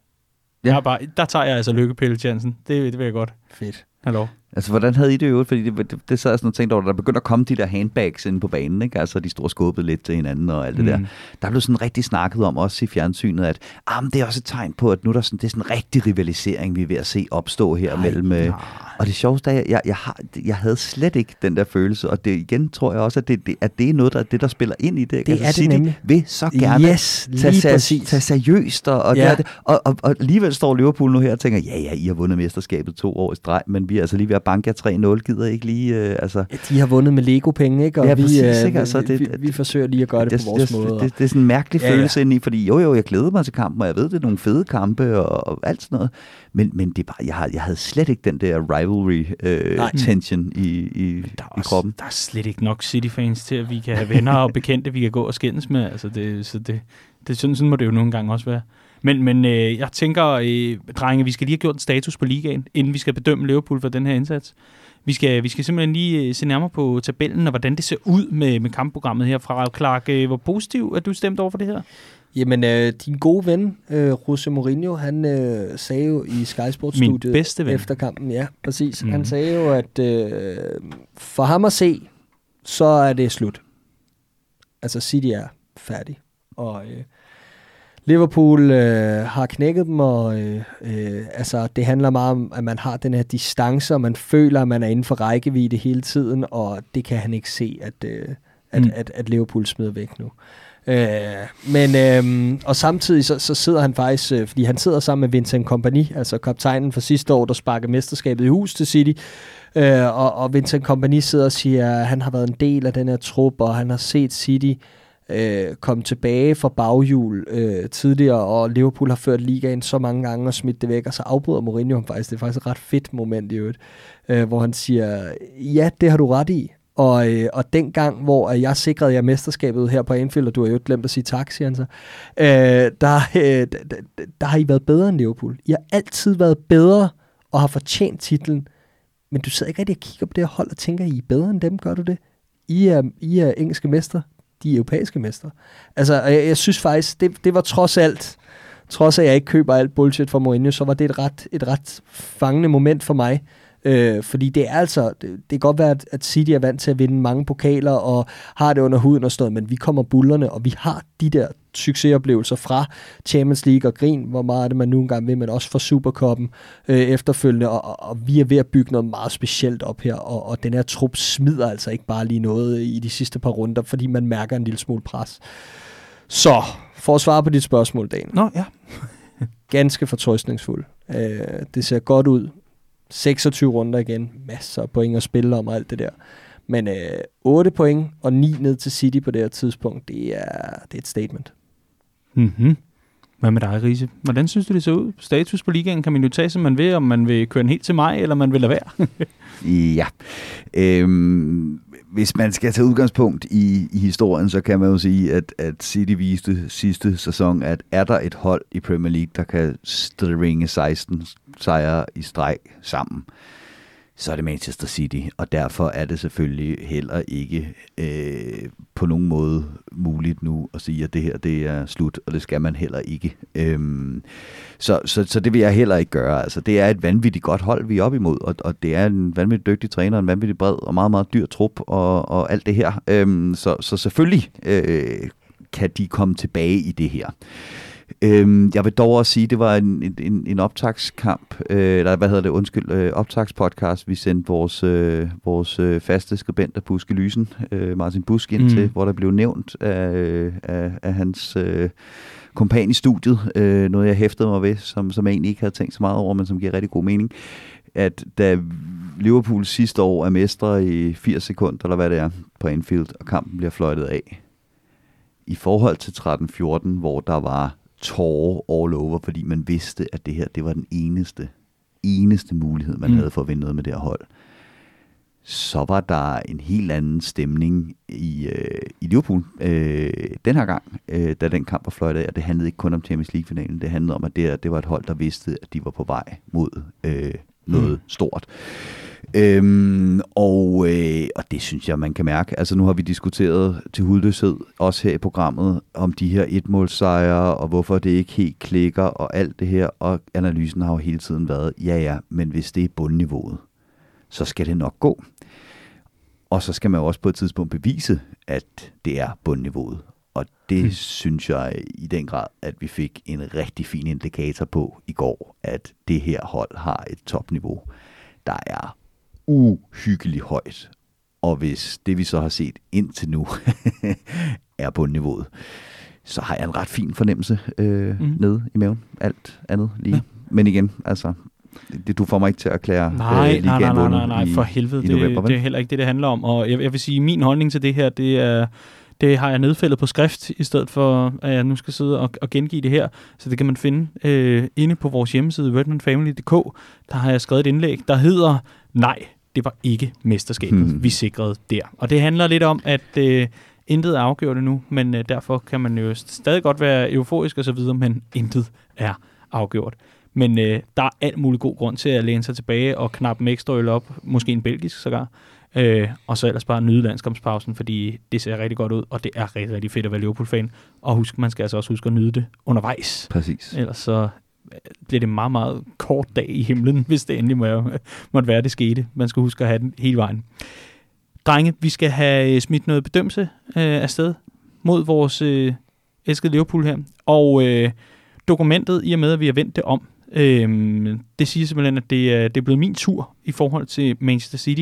Ja. Jeg bare, der tager jeg altså lykkepille-chancen. Det, det vil jeg godt. Fedt. Hallo. Altså, hvordan havde I det jo? Fordi det, det, det sad jeg sådan og tænkte over, der begyndte at komme de der handbags inde på banen, ikke? Altså, de store skubbede lidt til hinanden og alt det mm. der. Der blev sådan rigtig snakket om, også i fjernsynet, at ah, men det er også et tegn på, at nu er der sådan, det er sådan en rigtig rivalisering, vi er ved at se opstå her Ej, mellem... Nej. Og det sjoveste er, jeg, jeg, jeg, har, jeg havde slet ikke den der følelse, og det igen tror jeg også, at det, det, at det er noget, der, det, der spiller ind i det. Det altså, er det nemlig. Vil så gerne yes, tage, tage, tage seriøst, og, og, ja. det, og, og, og alligevel står Liverpool nu her og tænker, ja, ja, I har vundet mesterskabet to år i streg, men vi er altså lige ved at banke jer tre nul, gider ikke lige... Øh, altså. Ja, de har vundet med Lego-penge, ikke? Og ja, vi, præcis, øh, ikke? Altså, det, vi, vi, vi forsøger lige at gøre det, det på vores det, måde. Det, det, det er sådan en mærkelig ja, følelse ja. ind i, fordi jo, jo, jeg glæder mig til kampen, og jeg ved, det er nogle fede kampe og, og alt sådan noget, men, men det er bare, jeg, har, jeg havde slet ikke den der rivalry øh, tension i, i, i også, kroppen. Der er slet ikke nok City-fans til, at vi kan have venner og bekendte, vi kan gå og skændes med. Altså det, så det, det, sådan, sådan må det jo nogle gange også være. Men, men øh, jeg tænker, øh, drenge, vi skal lige have gjort en status på ligaen, inden vi skal bedømme Liverpool for den her indsats. Vi skal, vi skal simpelthen lige se nærmere på tabellen, og hvordan det ser ud med, med kampprogrammet her fra Clark. Hvor positiv er du stemt over for det her? Jamen, øh, din gode ven, øh, Jose Mourinho, han øh, sagde jo i Sky Sports-studiet efter kampen, ja, præcis. Mm. Han sagde jo, at øh, for ham at se, så er det slut. Altså, City er færdig. Og øh, Liverpool øh, har knækket dem, og øh, øh, altså, det handler meget om, at man har den her distance, og man føler, at man er inden for rækkevidde hele tiden, og det kan han ikke se, at, øh, at, mm. at, at Liverpool smider væk nu. Øh, men øh, og samtidig så, så sidder han faktisk, øh, fordi han sidder sammen med Vincent Kompany, altså kaptajnen for sidste år, der sparkede mesterskabet i hus til City, øh, og, og Vincent Kompany sidder og siger, at han har været en del af den her trup, og han har set City øh, komme tilbage fra baghjul øh, tidligere, og Liverpool har ført ligaen så mange gange og smidt det væk, og så afbryder Mourinho ham faktisk. Det er faktisk et ret fedt moment i øvrigt, øh, hvor han siger, ja, det har du ret i. Og, øh, og den gang, hvor jeg sikrede jer mesterskabet her på Anfield, og du har jo glemt at sige tak, siger han så, øh, der, øh, der, der har I været bedre end Liverpool. I har altid været bedre og har fortjent titlen, men du sidder ikke rigtig og kigger på det her hold og tænker, I er bedre end dem, gør du det? I er, I er engelske mester, de er europæiske mester. Altså, jeg, jeg synes faktisk, det, det var trods alt, trods at jeg ikke køber alt bullshit fra Mourinho, så var det et ret, et ret fangende moment for mig. Øh, fordi det er altså, det, det kan godt være, at, at City er vant til at vinde mange pokaler og har det under huden og sådan noget, men vi kommer bullerne, og vi har de der succesoplevelser fra Champions League og grin, hvor meget er det man nu engang vil, men også fra Supercuppen øh, efterfølgende, og, og, og vi er ved at bygge noget meget specielt op her, og, og den her trup smider altså ikke bare lige noget i de sidste par runder, fordi man mærker en lille smule pres. Så, for at svare på dit spørgsmål, Dan. Nå, ja. Ganske fortrøstningsfuld. Øh, det ser godt ud. seksogtyve runder igen, masser af point at spille om og alt det der. Men øh, otte point og ni ned til City på det her tidspunkt, det er, det er et statement. Mhm. Hvad med dig, Riese? Hvordan synes du, det ser ud? Status på ligaen kan man jo tage, som man vil, om man vil køre den helt til mig, eller man vil lade være. Ja. Øhm, hvis man skal tage udgangspunkt i, i historien, så kan man jo sige, at, at City viste sidste sæson, at er der et hold i Premier League, der kan stringe seksten sejre i streg sammen, så er det Manchester City, og derfor er det selvfølgelig heller ikke øh, på nogen måde muligt nu at sige, at det her det er slut, og det skal man heller ikke. Øhm, så, så, så det vil jeg heller ikke gøre. Altså, det er et vanvittigt godt hold, vi er op imod, og, og det er en vanvittigt dygtig træner, en vanvittigt bred og meget, meget dyr trup, og, og alt det her. Øhm, så, så selvfølgelig øh, kan de komme tilbage i det her. Øhm, jeg vil dog også sige, at det var en, en, en optagskamp, øh, eller hvad hedder det, undskyld, øh, optagspodcast, vi sendte vores, øh, vores øh, faste skribent af Buske Lysen, øh, Martin Busk, ind mm. til, hvor der blev nævnt af, af, af hans øh, kompan i studiet, øh, noget jeg hæftede mig ved, som, som jeg egentlig ikke havde tænkt så meget over, men som giver rigtig god mening, at da Liverpool sidste år er mestre i firs sekunder, eller hvad det er, på Anfield, og kampen bliver fløjtet af, i forhold til tretten fjorten, hvor der var tårer all over, fordi man vidste, at det her, det var den eneste, eneste mulighed, man mm. havde for at vinde noget med det her hold, så var der en helt anden stemning i, øh, i Liverpool øh, den her gang, øh, da den kamp var fløjtet af, og det handlede ikke kun om Champions League-finalen, det handlede om, at det, det var et hold, der vidste, at de var på vej mod øh, noget mm. stort. Øhm, og, øh, og det synes jeg, man kan mærke. Altså nu har vi diskuteret til hudløshed, også her i programmet, om de her etmålsejre, og hvorfor det ikke helt klikker, og alt det her, og analysen har jo hele tiden været, ja ja, men hvis det er bundniveauet, så skal det nok gå. Og så skal man jo også på et tidspunkt bevise, at det er bundniveauet. Og det mm. synes jeg i den grad, at vi fik en rigtig fin indikator på i går, at det her hold har et topniveau, der er uhyggeligt højt. Og hvis det, vi så har set indtil nu, er på niveauet, så har jeg en ret fin fornemmelse øh, mm. nede i maven. Alt andet lige. Ja. Men igen, altså, det, du får mig ikke til at erklære nej, øh, nej, nej, nej, nej, nej, for helvede. I, i det, november, det er heller ikke det, det handler om. Og jeg, jeg vil sige, min holdning til det her, det er... Det har jeg nedfældet på skrift, i stedet for, at jeg nu skal sidde og, og gengive det her. Så det kan man finde øh, inde på vores hjemmeside, redman family punktum d k. Der har jeg skrevet et indlæg, der hedder, nej, det var ikke mesterskabet, hmm. vi sikrede der. Og det handler lidt om, at øh, intet er afgjort endnu, men øh, derfor kan man jo stadig godt være euforisk og så videre, men intet er afgjort. Men øh, der er alt mulig god grund til at læne sig tilbage og knappe en ekstra øl op, måske en belgisk sågar. Øh, og så ellers bare nyde landskampspausen, fordi det ser rigtig godt ud, og det er rigtig, rigtig fedt at være Liverpool-fan. Og husk, man skal altså også huske at nyde det undervejs. Præcis. Ellers så bliver det en meget, meget kort dag i himlen, hvis det endelig må, måtte være, det skete. Man skal huske at have den hele vejen. Drenge, vi skal have smidt noget bedømmelse øh, afsted mod vores øh, elskede Liverpool her. Og øh, dokumentet, i og med, at vi har vendt det om, øh, det siger simpelthen, at det er, det er blevet min tur i forhold til Manchester City.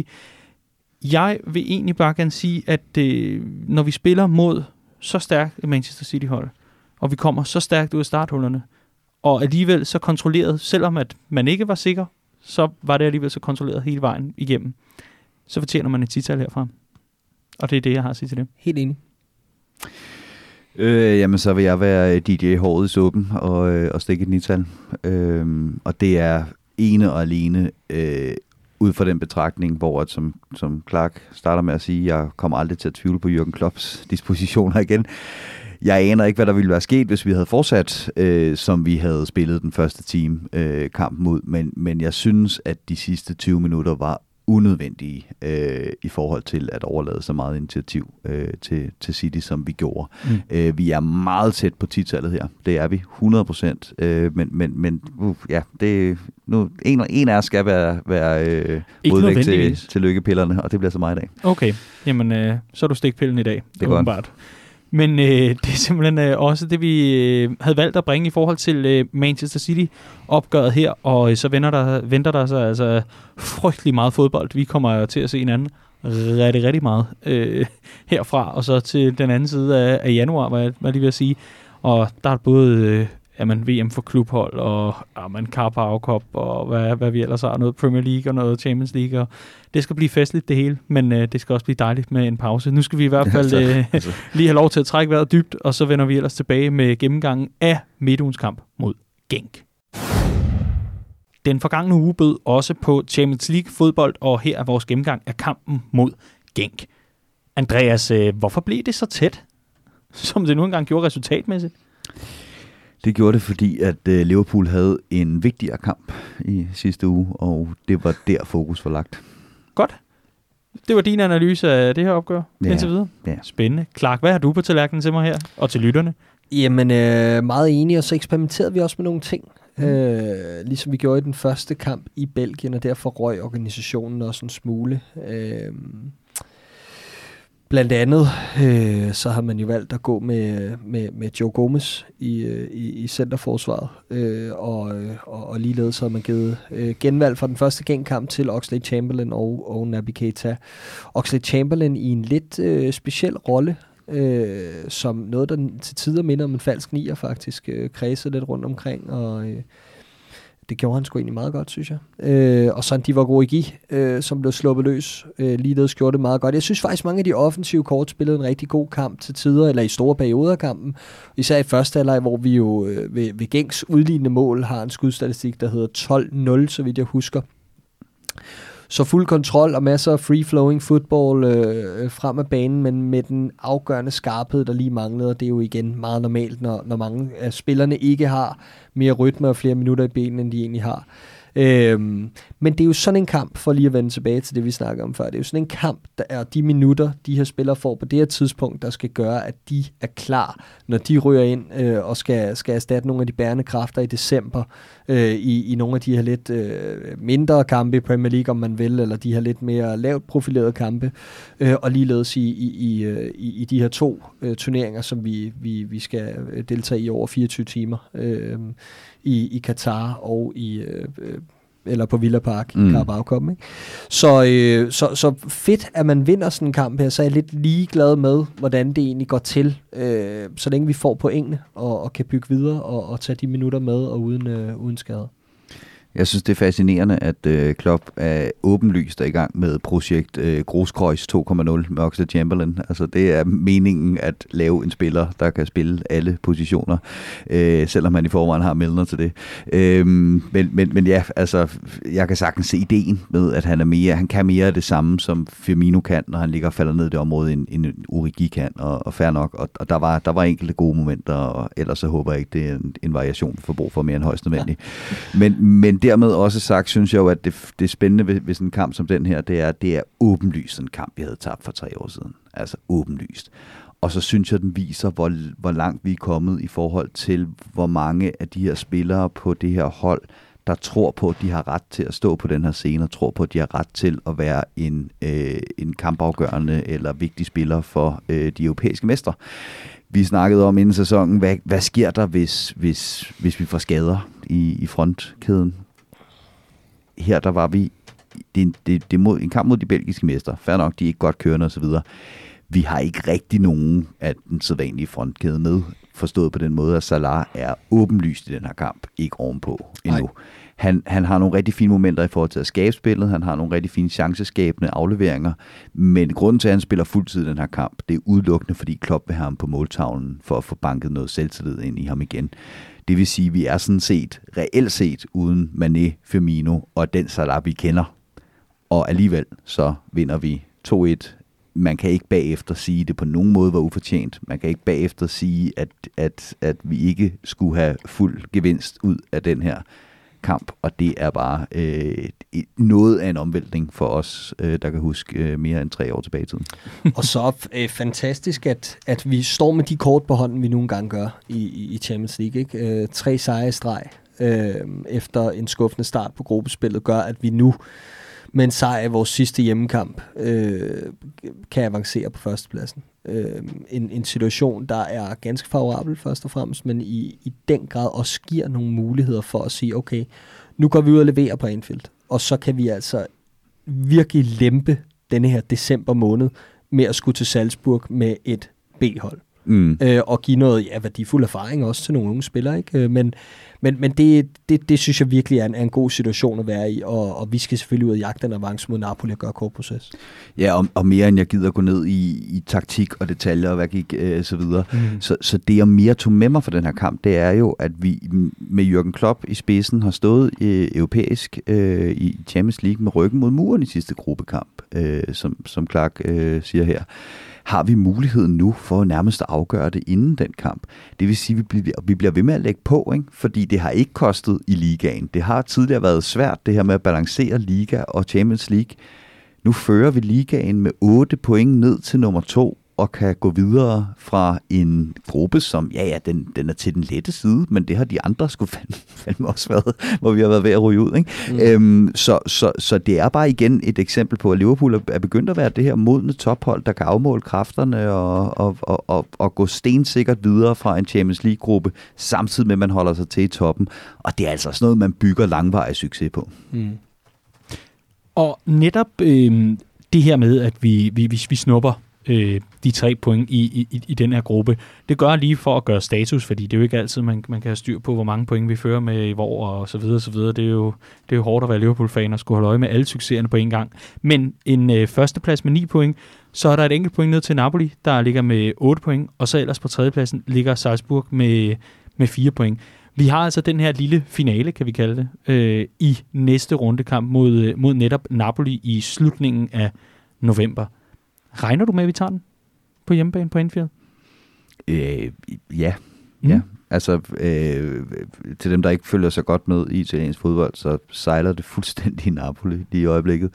Jeg vil egentlig bare gerne sige, at øh, når vi spiller mod så stærkt et Manchester City-hold, og vi kommer så stærkt ud af starthullerne, og alligevel så kontrolleret, selvom at man ikke var sikker, så var det alligevel så kontrolleret hele vejen igennem, så fortjener man et tital herfra. Og det er det, jeg har at sige til det. Helt enig. Øh, jamen, så vil jeg være D J håret i suppen og, øh, og stikke et nital. Øh, og det er ene og alene... Øh, ud fra den betragtning, hvor at, som, som Clark starter med at sige, jeg kommer aldrig til at tvivle på Jürgen Klopps dispositioner igen. Jeg aner ikke, hvad der ville være sket, hvis vi havde fortsat, øh, som vi havde spillet den første team øh, kampen ud, men, men jeg synes, at de sidste tyve minutter var unødvendige øh, i forhold til at overlade så meget initiativ øh, til, til City, som vi gjorde. Mm. Øh, vi er meget tæt på titallet her. Det er vi hundrede procent. Øh, men men, men uh, ja, det, nu, en, en af os skal være, være øh, modvægt til, til lykkepillerne, og det bliver så meget i dag. Okay, jamen øh, så er du stikpillen i dag. Det er godt. Men øh, det er simpelthen øh, også det, vi øh, havde valgt at bringe i forhold til øh, Manchester City-opgøret her, og øh, så venter der, venter der sig altså frygtelig meget fodbold. Vi kommer til at se hinanden rigtig, rigtig meget øh, herfra, og så til den anden side af, af januar, hvad jeg, hvad jeg lige vil sige. Og der er både øh, jamen, V M for klubhold, og jamen, Carabao Cup, og hvad, hvad vi ellers har, noget Premier League og noget Champions League, og det skal blive festligt det hele, men øh, det skal også blive dejligt med en pause. Nu skal vi i hvert fald øh, lige have lov til at trække vejret dybt, og så vender vi ellers tilbage med gennemgangen af midtugens kamp mod Genk. Den forgangne uge bød også på Champions League fodbold, og her er vores gennemgang af kampen mod Genk. Andreas, øh, hvorfor blev det så tæt, som det nu engang gjorde resultatmæssigt? Det gjorde det, fordi at øh, Liverpool havde en vigtigere kamp i sidste uge, og det var der fokus var lagt. Godt. Det var din analyse af det her opgør ja, indtil videre. Ja. Spændende. Clark, hvad har du på tallerkenen til mig her, og til lytterne? Jamen, øh, meget enig, og så eksperimenterede vi også med nogle ting. Mm. Øh, ligesom vi gjorde i den første kamp i Belgien, og derfor røg organisationen også en smule. Øh, Blandt andet, øh, så har man jo valgt at gå med, med, med Joe Gomez i, i, i centerforsvaret, øh, og, og, og ligeledes har man givet øh, genvalg fra den første genkamp til Oxlade Chamberlain og, og Naby Keita. Oxlade Chamberlain i en lidt øh, speciel rolle, øh, som noget, der til tider minder om en falsk nier faktisk, øh, kredser lidt rundt omkring, og øh, det gjorde han sgu egentlig meget godt, synes jeg. Øh, og så Divock Origi, øh, som blev sluppet løs, øh, ligeledes gjorde det meget godt. Jeg synes faktisk, mange af de offensive kort spillede en rigtig god kamp til tider, eller i store perioder af kampen. Især i første halvleg, hvor vi jo øh, ved, ved gængs udlignende mål har en skudstatistik, der hedder tolv nul, så vidt jeg husker. Så fuld kontrol og masser af free-flowing football øh, frem af banen, men med den afgørende skarphed, der lige manglede, og det er jo igen meget normalt, når, når mange af spillerne ikke har mere rytme og flere minutter i benene, end de egentlig har. Øhm, men det er jo sådan en kamp, for lige at vende tilbage til det, vi snakker om før, det er jo sådan en kamp, der er de minutter, de her spillere får på det her tidspunkt, der skal gøre, at de er klar, når de ryger ind øh, og skal, skal erstatte nogle af de bærende kræfter i december øh, i, i nogle af de her lidt øh, mindre kampe i Premier League, om man vil, eller de her lidt mere lavt profilerede kampe, øh, og ligeledes i, i, i, i, i de her to øh, turneringer, som vi, vi, vi skal deltage i over fireogtyve timer øh, i, i Katar og i øh, eller på Villa Park i mm. Carabao Cup, ikke? Så, øh, så, så fedt, at man vinder sådan en kamp her, så er jeg lidt ligeglad med, hvordan det egentlig går til, øh, så længe vi får pointene og, og kan bygge videre og, og tage de minutter med og uden, øh, uden skade. Jeg synes, det er fascinerende, at øh, Klopp er åbenlyst i gang med projekt øh, Großkreuz to punkt nul med Oxlade Chamberlain. Altså, det er meningen at lave en spiller, der kan spille alle positioner, øh, selvom han i forvejen har Milner til det. Øh, men, men, men ja, altså, jeg kan sagtens se ideen med, at han er mere, han kan mere af det samme, som Firmino kan, når han ligger og falder ned i det område, end, end Origi kan, og, og fair nok. Og, og der, var, der var enkelte gode momenter, og ellers så håber jeg ikke, det er en, en variation, vi får brug for mere end højst nødvendigt. Ja. Men, men dermed også sagt, synes jeg jo, at det, det spændende ved, ved sådan en kamp som den her, det er, det er åbenlyst en kamp, vi havde tabt for tre år siden. Altså åbenlyst. Og så synes jeg, den viser, hvor, hvor langt vi er kommet i forhold til, hvor mange af de her spillere på det her hold, der tror på, at de har ret til at stå på den her scene, og tror på, at de har ret til at være en, øh, en kampafgørende eller vigtig spiller for øh, de europæiske mestre. Vi snakkede om inden sæsonen, hvad, hvad sker der, hvis, hvis, hvis vi får skader i, i frontkæden? Her der var vi, det, det, det mod, en kamp mod de belgiske mester. Fair nok, de er ikke godt kørende osv. Vi har ikke rigtig nogen af den sædvanlige frontkæde med, forstået på den måde, at Salah er åbenlyst i den her kamp, ikke ovenpå endnu. Han, han har nogle rigtig fine momenter i forhold til at skabe spillet, han har nogle rigtig fine chanceskabende afleveringer, men grunden til, at han spiller fuldtid i den her kamp, det er udelukkende, fordi Klopp vil have ham på måltavlen for at få banket noget selvtillid ind i ham igen. Det vil sige, at vi er sådan set, reelt set, uden Mané, Firmino og den Salah, vi kender. Og alligevel så vinder vi to et. Man kan ikke bagefter sige, at det på nogen måde var ufortjent. Man kan ikke bagefter sige, at, at, at vi ikke skulle have fuld gevinst ud af den her kamp. Og det er bare øh, noget af en omvæltning for os, øh, der kan huske øh, mere end tre år tilbage i tiden. Og så øh, fantastisk, at, at vi står med de kort på hånden, vi nogle gange gør i, i Champions League. Ikke? Øh, tre sejre i streg øh, efter en skuffende start på gruppespillet gør, at vi nu med en sejr i vores sidste hjemmekamp øh, kan avancere på førstepladsen. Øh, en, en situation, der er ganske favorabel først og fremmest, men i, i den grad også giver nogle muligheder for at sige, okay, nu går vi ud og leverer på Anfield, og så kan vi altså virkelig lempe denne her december måned med at skulle til Salzburg med et B-hold. Mm. Øh, og give noget ja, værdifuld erfaring også til nogle unge spillere, ikke? Men, men, men det, det, det synes jeg virkelig er en, er en god situation at være i, og, og vi skal selvfølgelig ud og jagte en avance mod Napoli og gøre kort proces. Ja, og, og mere end jeg gider gå ned i, i taktik og detaljer og hvad gik øh, så videre. Mm. Så, så det jeg mere tog med mig for den her kamp, det er jo, at vi med Jürgen Klopp i spidsen har stået øh, europæisk øh, i Champions League med ryggen mod muren i sidste gruppekamp, øh, som, som Clark øh, siger her. Har vi muligheden nu for at nærmest afgøre det inden den kamp? Det vil sige, at vi bliver, vi bliver ved med at lægge på, ikke? Fordi det har ikke kostet i ligaen. Det har tidligere været svært, det her med at balancere liga og Champions League. Nu fører vi ligaen med otte point ned til nummer to, og kan gå videre fra en gruppe, som, ja ja, den, den er til den lette side, men det har de andre sgu fandme, fandme også været, hvor vi har været ved at ryge ud. Ikke? Mm. Øhm, så, så, så det er bare igen et eksempel på, at Liverpool er begyndt at være det her modne tophold, der kan afmåle kræfterne og, og, og, og, og gå stensikkert videre fra en Champions League-gruppe, samtidig med, at man holder sig til i toppen. Og det er altså sådan noget, man bygger langvarig succes på. Mm. Og netop øh, det her med, at vi, vi, vi, vi snupper øh, de tre point i, i, i den her gruppe, det gør lige for at gøre status, fordi det er jo ikke altid, man, man kan have styr på, hvor mange point vi fører med i hvor, og så videre, så videre. Det er jo, det er jo hårdt at være Liverpool-fan og skulle holde øje med alle succeserne på en gang. Men en øh, førsteplads med ni point, så er der et enkelt point ned til Napoli, der ligger med otte point, og så ellers på tredjepladsen ligger Salzburg med, med fire point. Vi har altså den her lille finale, kan vi kalde det, øh, i næste rundekamp mod, mod netop Napoli i slutningen af november. Regner du med, at vi tager den på hjemmebane på Anfield? Øh, ja, mm. ja. Altså, øh, til dem, der ikke følger så godt med i italiensk fodbold, så sejler det fuldstændig i Napoli lige i øjeblikket.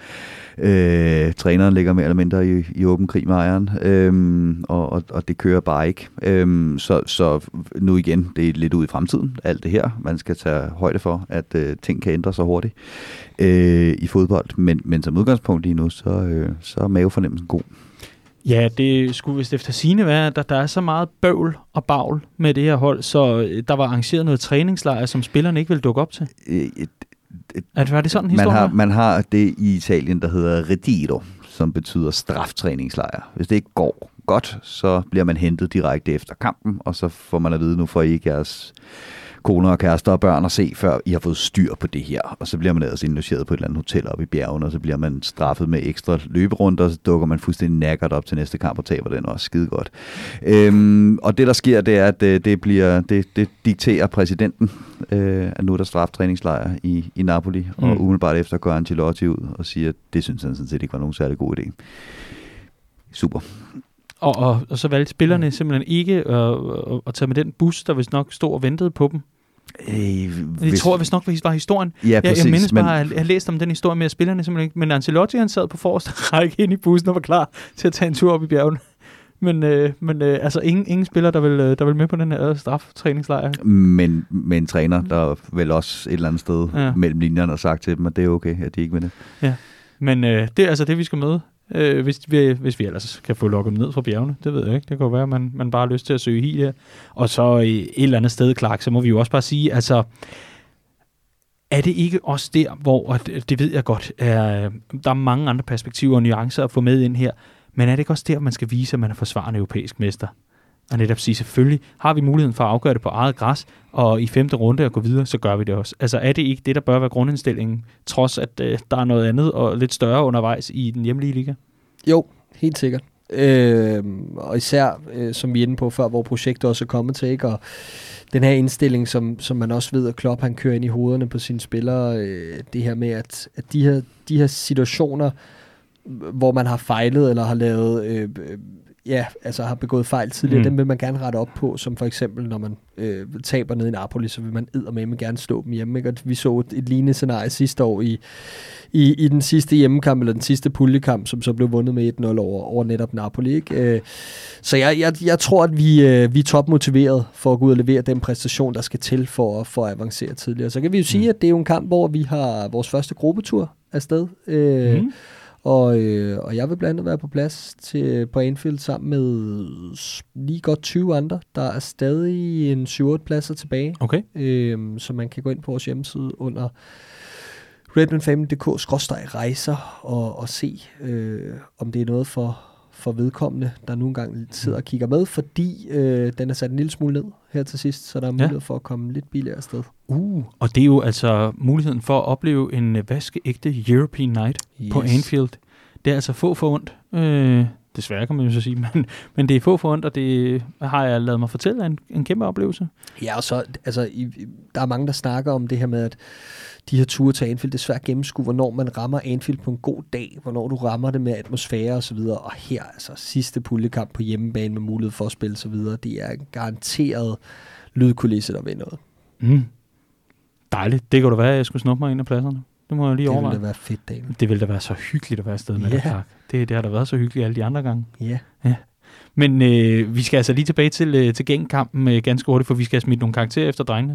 Øh, træneren ligger mere eller mindre i, i åben krig med ejeren, øh, og, og, og det kører bare ikke. Øh, så, så nu igen, det er lidt ud i fremtiden, alt det her. Man skal tage højde for, at øh, ting kan ændre sig hurtigt øh, i fodbold, men, men som udgangspunkt lige nu, så, øh, så er mavefornemmelsen god. Ja, det skulle vist efter sigende være, at der, der er så meget bøvl og bagl med det her hold, så der var arrangeret noget træningslejr, som spillerne ikke ville dukke op til. Et, et, er det, var det sådan en historie? Man har, man har det i Italien, der hedder retiro, som betyder straftræningslejr. Hvis det ikke går godt, så bliver man hentet direkte efter kampen, og så får man at vide, nu får I ikke jeres koner og kærester og børn at se, før I har fået styr på det her. Og så bliver man ellers indlogeret på et eller andet hotel oppe i bjergene, og så bliver man straffet med ekstra løberunder, og så dukker man fuldstændig nækkert op til næste kamp og taber den også skide godt. Øhm, og det, der sker, det er, at det, bliver, det, det dikterer præsidenten, øh, at nu er der straftræningslejr i, i Napoli, mm. og umiddelbart efter går Ancelotti ud og siger, at det synes han sådan set ikke var nogen særlig god idé. Super. Og, og, og så valgte spillerne simpelthen ikke at, at, at tage med den bus, der vist nok stod og ventede på dem. Øh, jeg hvis, tror vist nok, var historien. Ja, præcis, jeg, jeg mindes bare, at jeg har læst om den historie med, at spillerne simpelthen ikke... Men Ancelotti, han sad på forreste række ind i bussen og var klar til at tage en tur op i bjergene. Men, øh, men øh, altså ingen, ingen spiller, der vil, der vil med på den her straftræningslejr. Men med en træner, der vel også et eller andet sted ja. mellem linjerne har sagt til dem, at det er okay, at de ikke vil det. Ja, men øh, det er altså det, vi skal møde. Øh, hvis, vi, hvis vi ellers kan få lukket ned fra bjergene, det ved jeg ikke. Det kan være, at man, man bare har lyst til at søge hi der. Og så et eller andet sted, Clark, så må vi jo også bare sige, altså, er det ikke også der, hvor, det ved jeg godt, er, der er mange andre perspektiver og nuancer at få med ind her, men er det ikke også der, man skal vise, at man er forsvarende europæisk mester? Og netop sige, selvfølgelig har vi muligheden for at afgøre det på eget græs, og i femte runde at gå videre, så gør vi det også. Altså er det ikke det, der bør være grundindstillingen, trods at øh, der er noget andet og lidt større undervejs i den hjemlige liga? Jo, helt sikkert. Øh, og især, øh, som vi er inde på før, hvor projektet også er kommet til, ikke? Og den her indstilling, som, som man også ved, at Klopp han kører ind i hovederne på sine spillere, øh, det her med, at, at de, her, de her situationer, hvor man har fejlet eller har lavet... Øh, ja, altså har begået fejl tidligere, mm. dem vil man gerne rette op på, som for eksempel, når man øh, taber ned i Napoli, så vil man eddermame gerne slå dem hjemme, ikke? Og vi så et, et lignende scenarie sidste år i, i, i den sidste hjemmekamp, eller den sidste puljekamp, som så blev vundet med et nul over, over netop Napoli, ikke? Øh, så jeg, jeg, jeg tror, at vi, øh, vi er topmotiveret for at gå ud og levere den præstation, der skal til for, for at avancere tidligere. Så kan vi jo sige, mm. at det er jo en kamp, hvor vi har vores første gruppetur afsted, øh, mm. Og, øh, og jeg vil blandt andet være på plads til, på Anfield sammen med lige godt tyve andre. Der er stadig en syv otte pladser tilbage, okay. øh, så man kan gå ind på vores hjemmeside under redman family punktum d k skråstreg rejser og, og se, øh, om det er noget for, for vedkommende, der nogle gange sidder og kigger med, fordi øh, den er sat en lille smule ned her til sidst, så der er mulighed ja. for at komme lidt billigere afsted. Uh, og det er jo altså muligheden for at opleve en vaskeægte European Night yes. på Anfield. Det er altså få for ondt. Øh, desværre kan man jo så sige, men, men det er få for ondt, og det har jeg lavet mig fortælle en, en kæmpe oplevelse. Ja, og så, altså, i, der er mange, der snakker om det her med, at de her ture til Anfield, det er svært at gennemskue, hvornår man rammer Anfield på en god dag, hvornår du rammer det med atmosfære og så videre. Og her, altså sidste puljekamp på hjemmebane med mulighed for at spille så videre, det er garanteret lydkulisse, der vil noget. Mm. Dejligt. Det kunne da være, at jeg skulle snuppe mig ind af pladserne. Det må jeg lige overveje. Det ville da være fedt, David. Det ville da være så hyggeligt at være afsted med yeah. det. Det, det har da været så hyggeligt alle de andre gange. Yeah. Ja. Men øh, vi skal altså lige tilbage til, øh, til Genk-kampen øh, ganske hurtigt, for vi skal have smidt nogle karakterer efter drengene.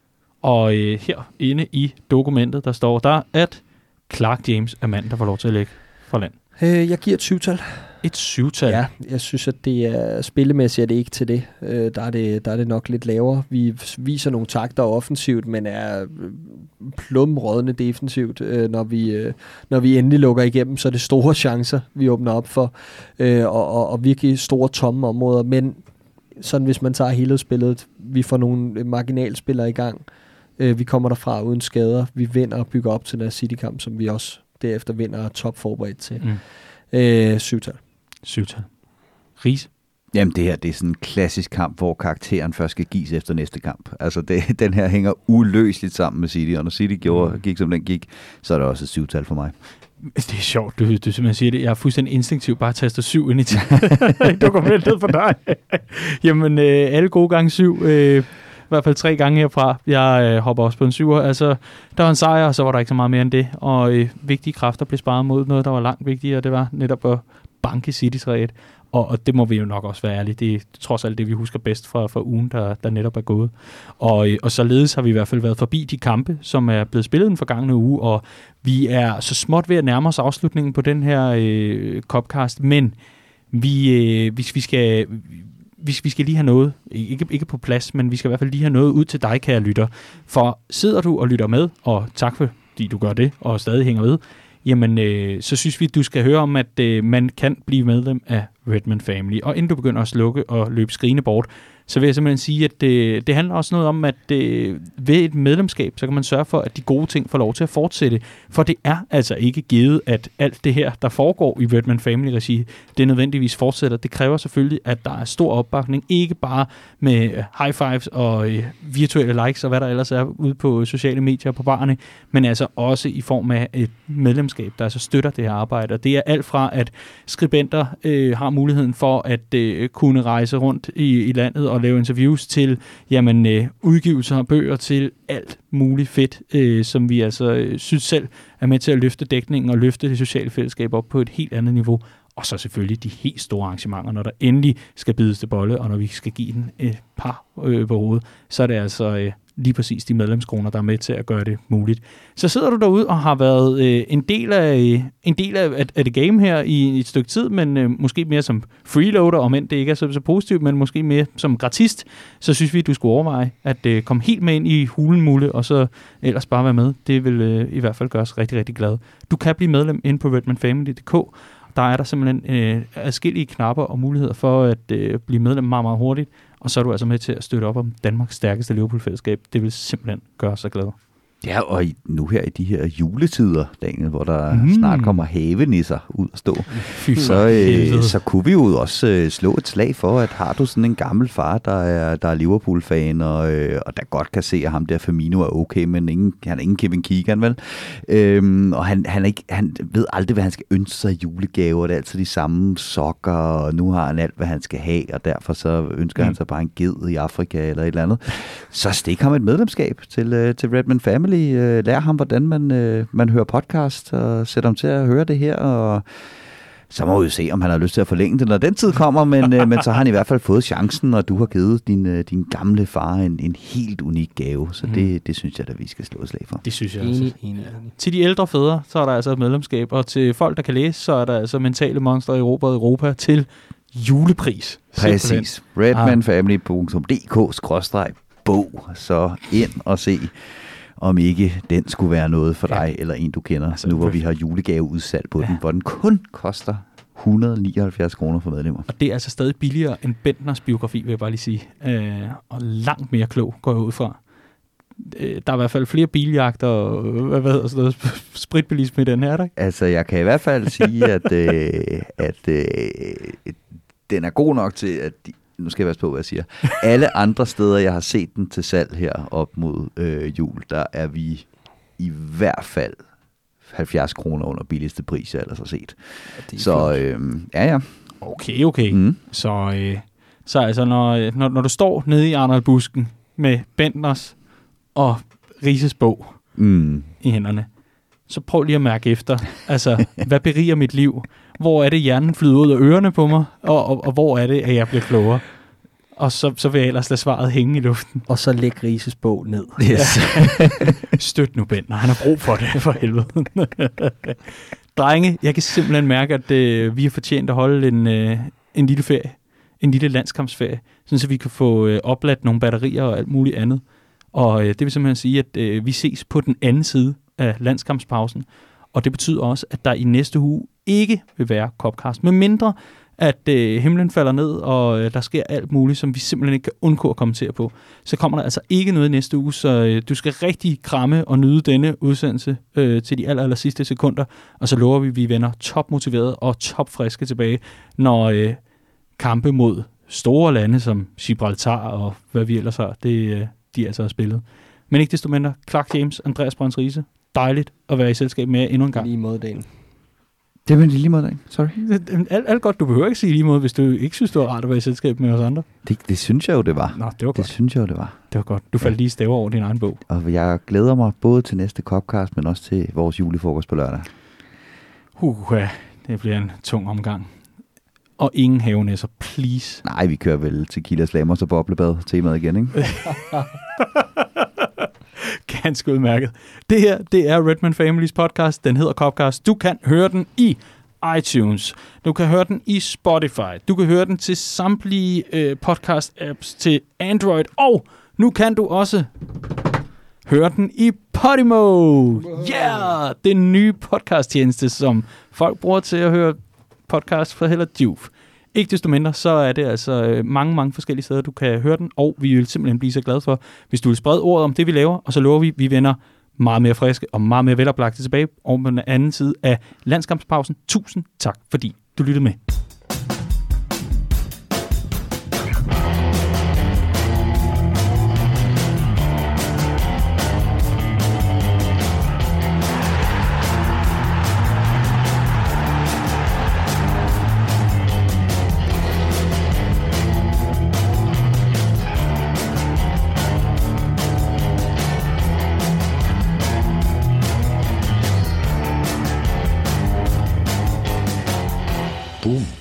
Og øh, her inde i dokumentet, der står der, at Clark James er manden, der får lov til at lægge fra land. Øh, jeg giver et syvtal. Et syvtal? Ja, jeg synes, at det er spillemæssigt, er det ikke til det. Øh, der, er det der er det nok lidt lavere. Vi viser nogle takter offensivt, men er plumrådende defensivt. Øh, når, vi, øh, når vi endelig lukker igennem, så er det store chancer, vi åbner op for. Øh, og, og, og virkelig store tomme områder. Men sådan, hvis man tager hele spillet, vi får nogle marginalspillere i gang. Øh, vi kommer derfra uden skader. Vi vinder og bygger op til den her City-kamp, som vi også derefter vinder top forberedt til. Mm. Øh, syvtal. Syvtal. Riis? Jamen det her, det er sådan en klassisk kamp, hvor karakteren først skal gives efter næste kamp. Altså det, den her hænger uløseligt sammen med City, og når City gjorde, gik som den gik, så er det også et syvtal for mig. Det er sjovt, du, du simpelthen siger det. Jeg er fuldstændig instinktivt bare taster syv ind i dokumentet for dig. Jamen, øh, alle gode gange syv. Øh, I hvert fald tre gange herfra. Jeg øh, hopper også på en syver. Altså, der var en sejr, og så var der ikke så meget mere end det. Og øh, vigtige kræfter blev sparet mod noget, der var langt vigtigere. Det var netop at banke City tre et. Og, og det må vi jo nok også være ærlige. Det er trods alt det, vi husker bedst fra, fra ugen, der, der netop er gået. Og, øh, og således har vi i hvert fald været forbi de kampe, som er blevet spillet den forgangne uge. Og vi er så småt ved at nærme os afslutningen på den her øh, Copcast. Men vi, øh, hvis vi skal... Hvis vi skal lige have noget, ikke, ikke på plads, men vi skal i hvert fald lige have noget ud til dig, kære lytter. For sidder du og lytter med, og tak fordi du gør det, og stadig hænger ved, jamen øh, så synes vi, at du skal høre om, at øh, man kan blive medlem af Redman Family. Og inden du begynder at slukke og løbe skrigende bort, så vil jeg simpelthen sige, at det, det handler også noget om, at øh, ved et medlemskab, så kan man sørge for, at de gode ting får lov til at fortsætte. For det er altså ikke givet, at alt det her, der foregår i Redman Family-regi, det nødvendigvis fortsætter. Det kræver selvfølgelig, at der er stor opbakning, ikke bare med high fives og øh, virtuelle likes og hvad der ellers er ude på sociale medier på barne, men altså også i form af et medlemskab, der altså støtter det her arbejde. Og det er alt fra, at skribenter øh, har muligheden for at øh, kunne rejse rundt i, i landet og lave interviews til jamen, øh, udgivelser og bøger til alt muligt fedt, øh, som vi altså øh, synes selv er med til at løfte dækningen og løfte det sociale fællesskab op på et helt andet niveau. Og så selvfølgelig de helt store arrangementer, når der endelig skal bides til bolle, og når vi skal give den et par øh, på hovedet, så er det altså øh, lige præcis de medlemskroner, der er med til at gøre det muligt. Så sidder du derude og har været øh, en del af en del af, af det game her i et stykke tid, men øh, måske mere som freeloader, om end det ikke er så, så positivt, men måske mere som gratist, så synes vi, at du skulle overveje at øh, komme helt med ind i hulen, Mulle, og så ellers bare være med. Det vil øh, i hvert fald gøre os rigtig, rigtig glade. Du kan blive medlem inde på redman family punktum d k. Der er der simpelthen øh, adskillige knapper og muligheder for at øh, blive medlem meget, meget hurtigt. Og så er du altså med til at støtte op om Danmarks stærkeste Liverpool-fællesskab. Det vil simpelthen gøre os så glade. Ja, og nu her i de her juletider, Daniel, hvor der mm. snart kommer havenisser ud at stå, så, øh, så kunne vi jo også øh, slå et slag for, at har du sådan en gammel far, der er, der er Liverpool-fan, og, øh, og der godt kan se, at ham der Firmino er okay, men ingen, han er ingen Kevin Keegan, vel? Øhm, og han, han, er ikke, han ved aldrig, hvad han skal ønske sig i julegaver. Det er altid de samme sokker, og nu har han alt, hvad han skal have, og derfor så ønsker mm. han sig bare en ged i Afrika eller et eller andet. Så stik ham et medlemskab til, øh, til Redman Family. Lær ham, hvordan man, øh, man hører podcast, og sætter ham til at høre det her, og så må vi se, om han har lyst til at forlænge det, når den tid kommer, men, øh, men så har han i hvert fald fået chancen, og du har givet din, øh, din gamle far en, en helt unik gave, så mm. det, det synes jeg, at vi skal slå et slag for. Det synes jeg også. Enig, enig, enig. Til de ældre fædre, så er der altså et medlemskab, og til folk, der kan læse, så er der altså mentale monstre i Europa og Europa til julepris. Præcis. redman family punktum d k skråstreg bog, så ind og se, om ikke den skulle være noget for dig, ja. Eller en, du kender, altså, nu hvor vi har julegaveudsalg på ja. Den, hvor den kun koster et hundrede og nioghalvfjerds kroner for medlemmer. Og det er altså stadig billigere end Bendtners biografi, vil jeg bare lige sige. Øh, og langt mere klog, går jeg ud fra. Øh, der er i hvert fald flere biljagter og hvad hedder sådan noget, spritbilisme i den her, ikke? Altså, jeg kan i hvert fald sige, at, øh, at øh, den er god nok til, at de nu skal jeg passe på, hvad jeg siger. Alle andre steder, jeg har set den til salg her op mod øh, jul, der er vi i hvert fald halvfjerds kroner under billigste pris, jeg ellers har set. Ja, så øh, ja, ja. Okay, okay. Mm. Så, øh, så altså, når, når, når du står nede i Arnold-busken med Bendtners og Rises bog mm. i hænderne, så prøv lige at mærke efter. Altså, hvad beriger mit liv? Hvor er det, hjernen flyder ud af ørerne på mig? Og, og, og hvor er det, at jeg bliver klogere? Og så, så vil jeg ellers lade svaret hænge i luften. Og så læg Rises bog ned. Yes. Støt nu, Ben, når han har brug for det, for helvede. Drenge, jeg kan simpelthen mærke, at øh, vi har fortjent at holde en, øh, en lille ferie. En lille landskampsferie. Sådan så vi kan få øh, opladt nogle batterier og alt muligt andet. Og øh, det vil simpelthen sige, at øh, vi ses på den anden side af landskampspausen. Og det betyder også, at der i næste uge ikke vil være Copcast. Med mindre, at øh, himlen falder ned, og øh, der sker alt muligt, som vi simpelthen ikke kan undgå at kommentere på. Så kommer der altså ikke noget i næste uge, så øh, du skal rigtig kramme og nyde denne udsendelse øh, til de aller, aller sidste sekunder. Og så lover vi, at vi vender topmotiveret og topfriske tilbage, når øh, kampe mod store lande som Gibraltar og hvad vi ellers har, det, øh, de altså har spillet. Men ikke desto mindre, Clark James, Andreas Brøns Riise, dejligt at være i selskab med jer endnu en gang. Lige måde dagen. Det er lige måde, sorry. Alt, alt godt, du behøver ikke sige lige måde, hvis du ikke synes, det var rart at være i selskab med os andre. Det, det synes jeg jo, det var. Nå, det var godt. Det synes jeg jo, det var. Det var godt. Du faldt lige staver over din egen bog. Og jeg glæder mig både til næste Copcast, men også til vores julefrokost på lørdag. Uh, det bliver en tung omgang. Og ingen havenæsser, please. Nej, vi kører vel tequila, slammers og boblebad temaet igen, ikke? Ganske udmærket. Det her, det er Redman Families podcast. Den hedder Copcast. Du kan høre den i iTunes. Du kan høre den i Spotify. Du kan høre den til samtlige øh, podcast-apps til Android. Og nu kan du også høre den i Podimo. Yeah! Det er en ny podcast-tjeneste, som folk bruger til at høre podcast for Hella Juf. Ikke desto mindre, så er det altså mange, mange forskellige steder, du kan høre den, og vi vil simpelthen blive så glade for, hvis du vil sprede ordet om det, vi laver, og så lover vi, at vi vender meget mere friske og meget mere veloplagte tilbage over på den anden side af landskampspausen. Tusind tak, fordi du lyttede med. Boom.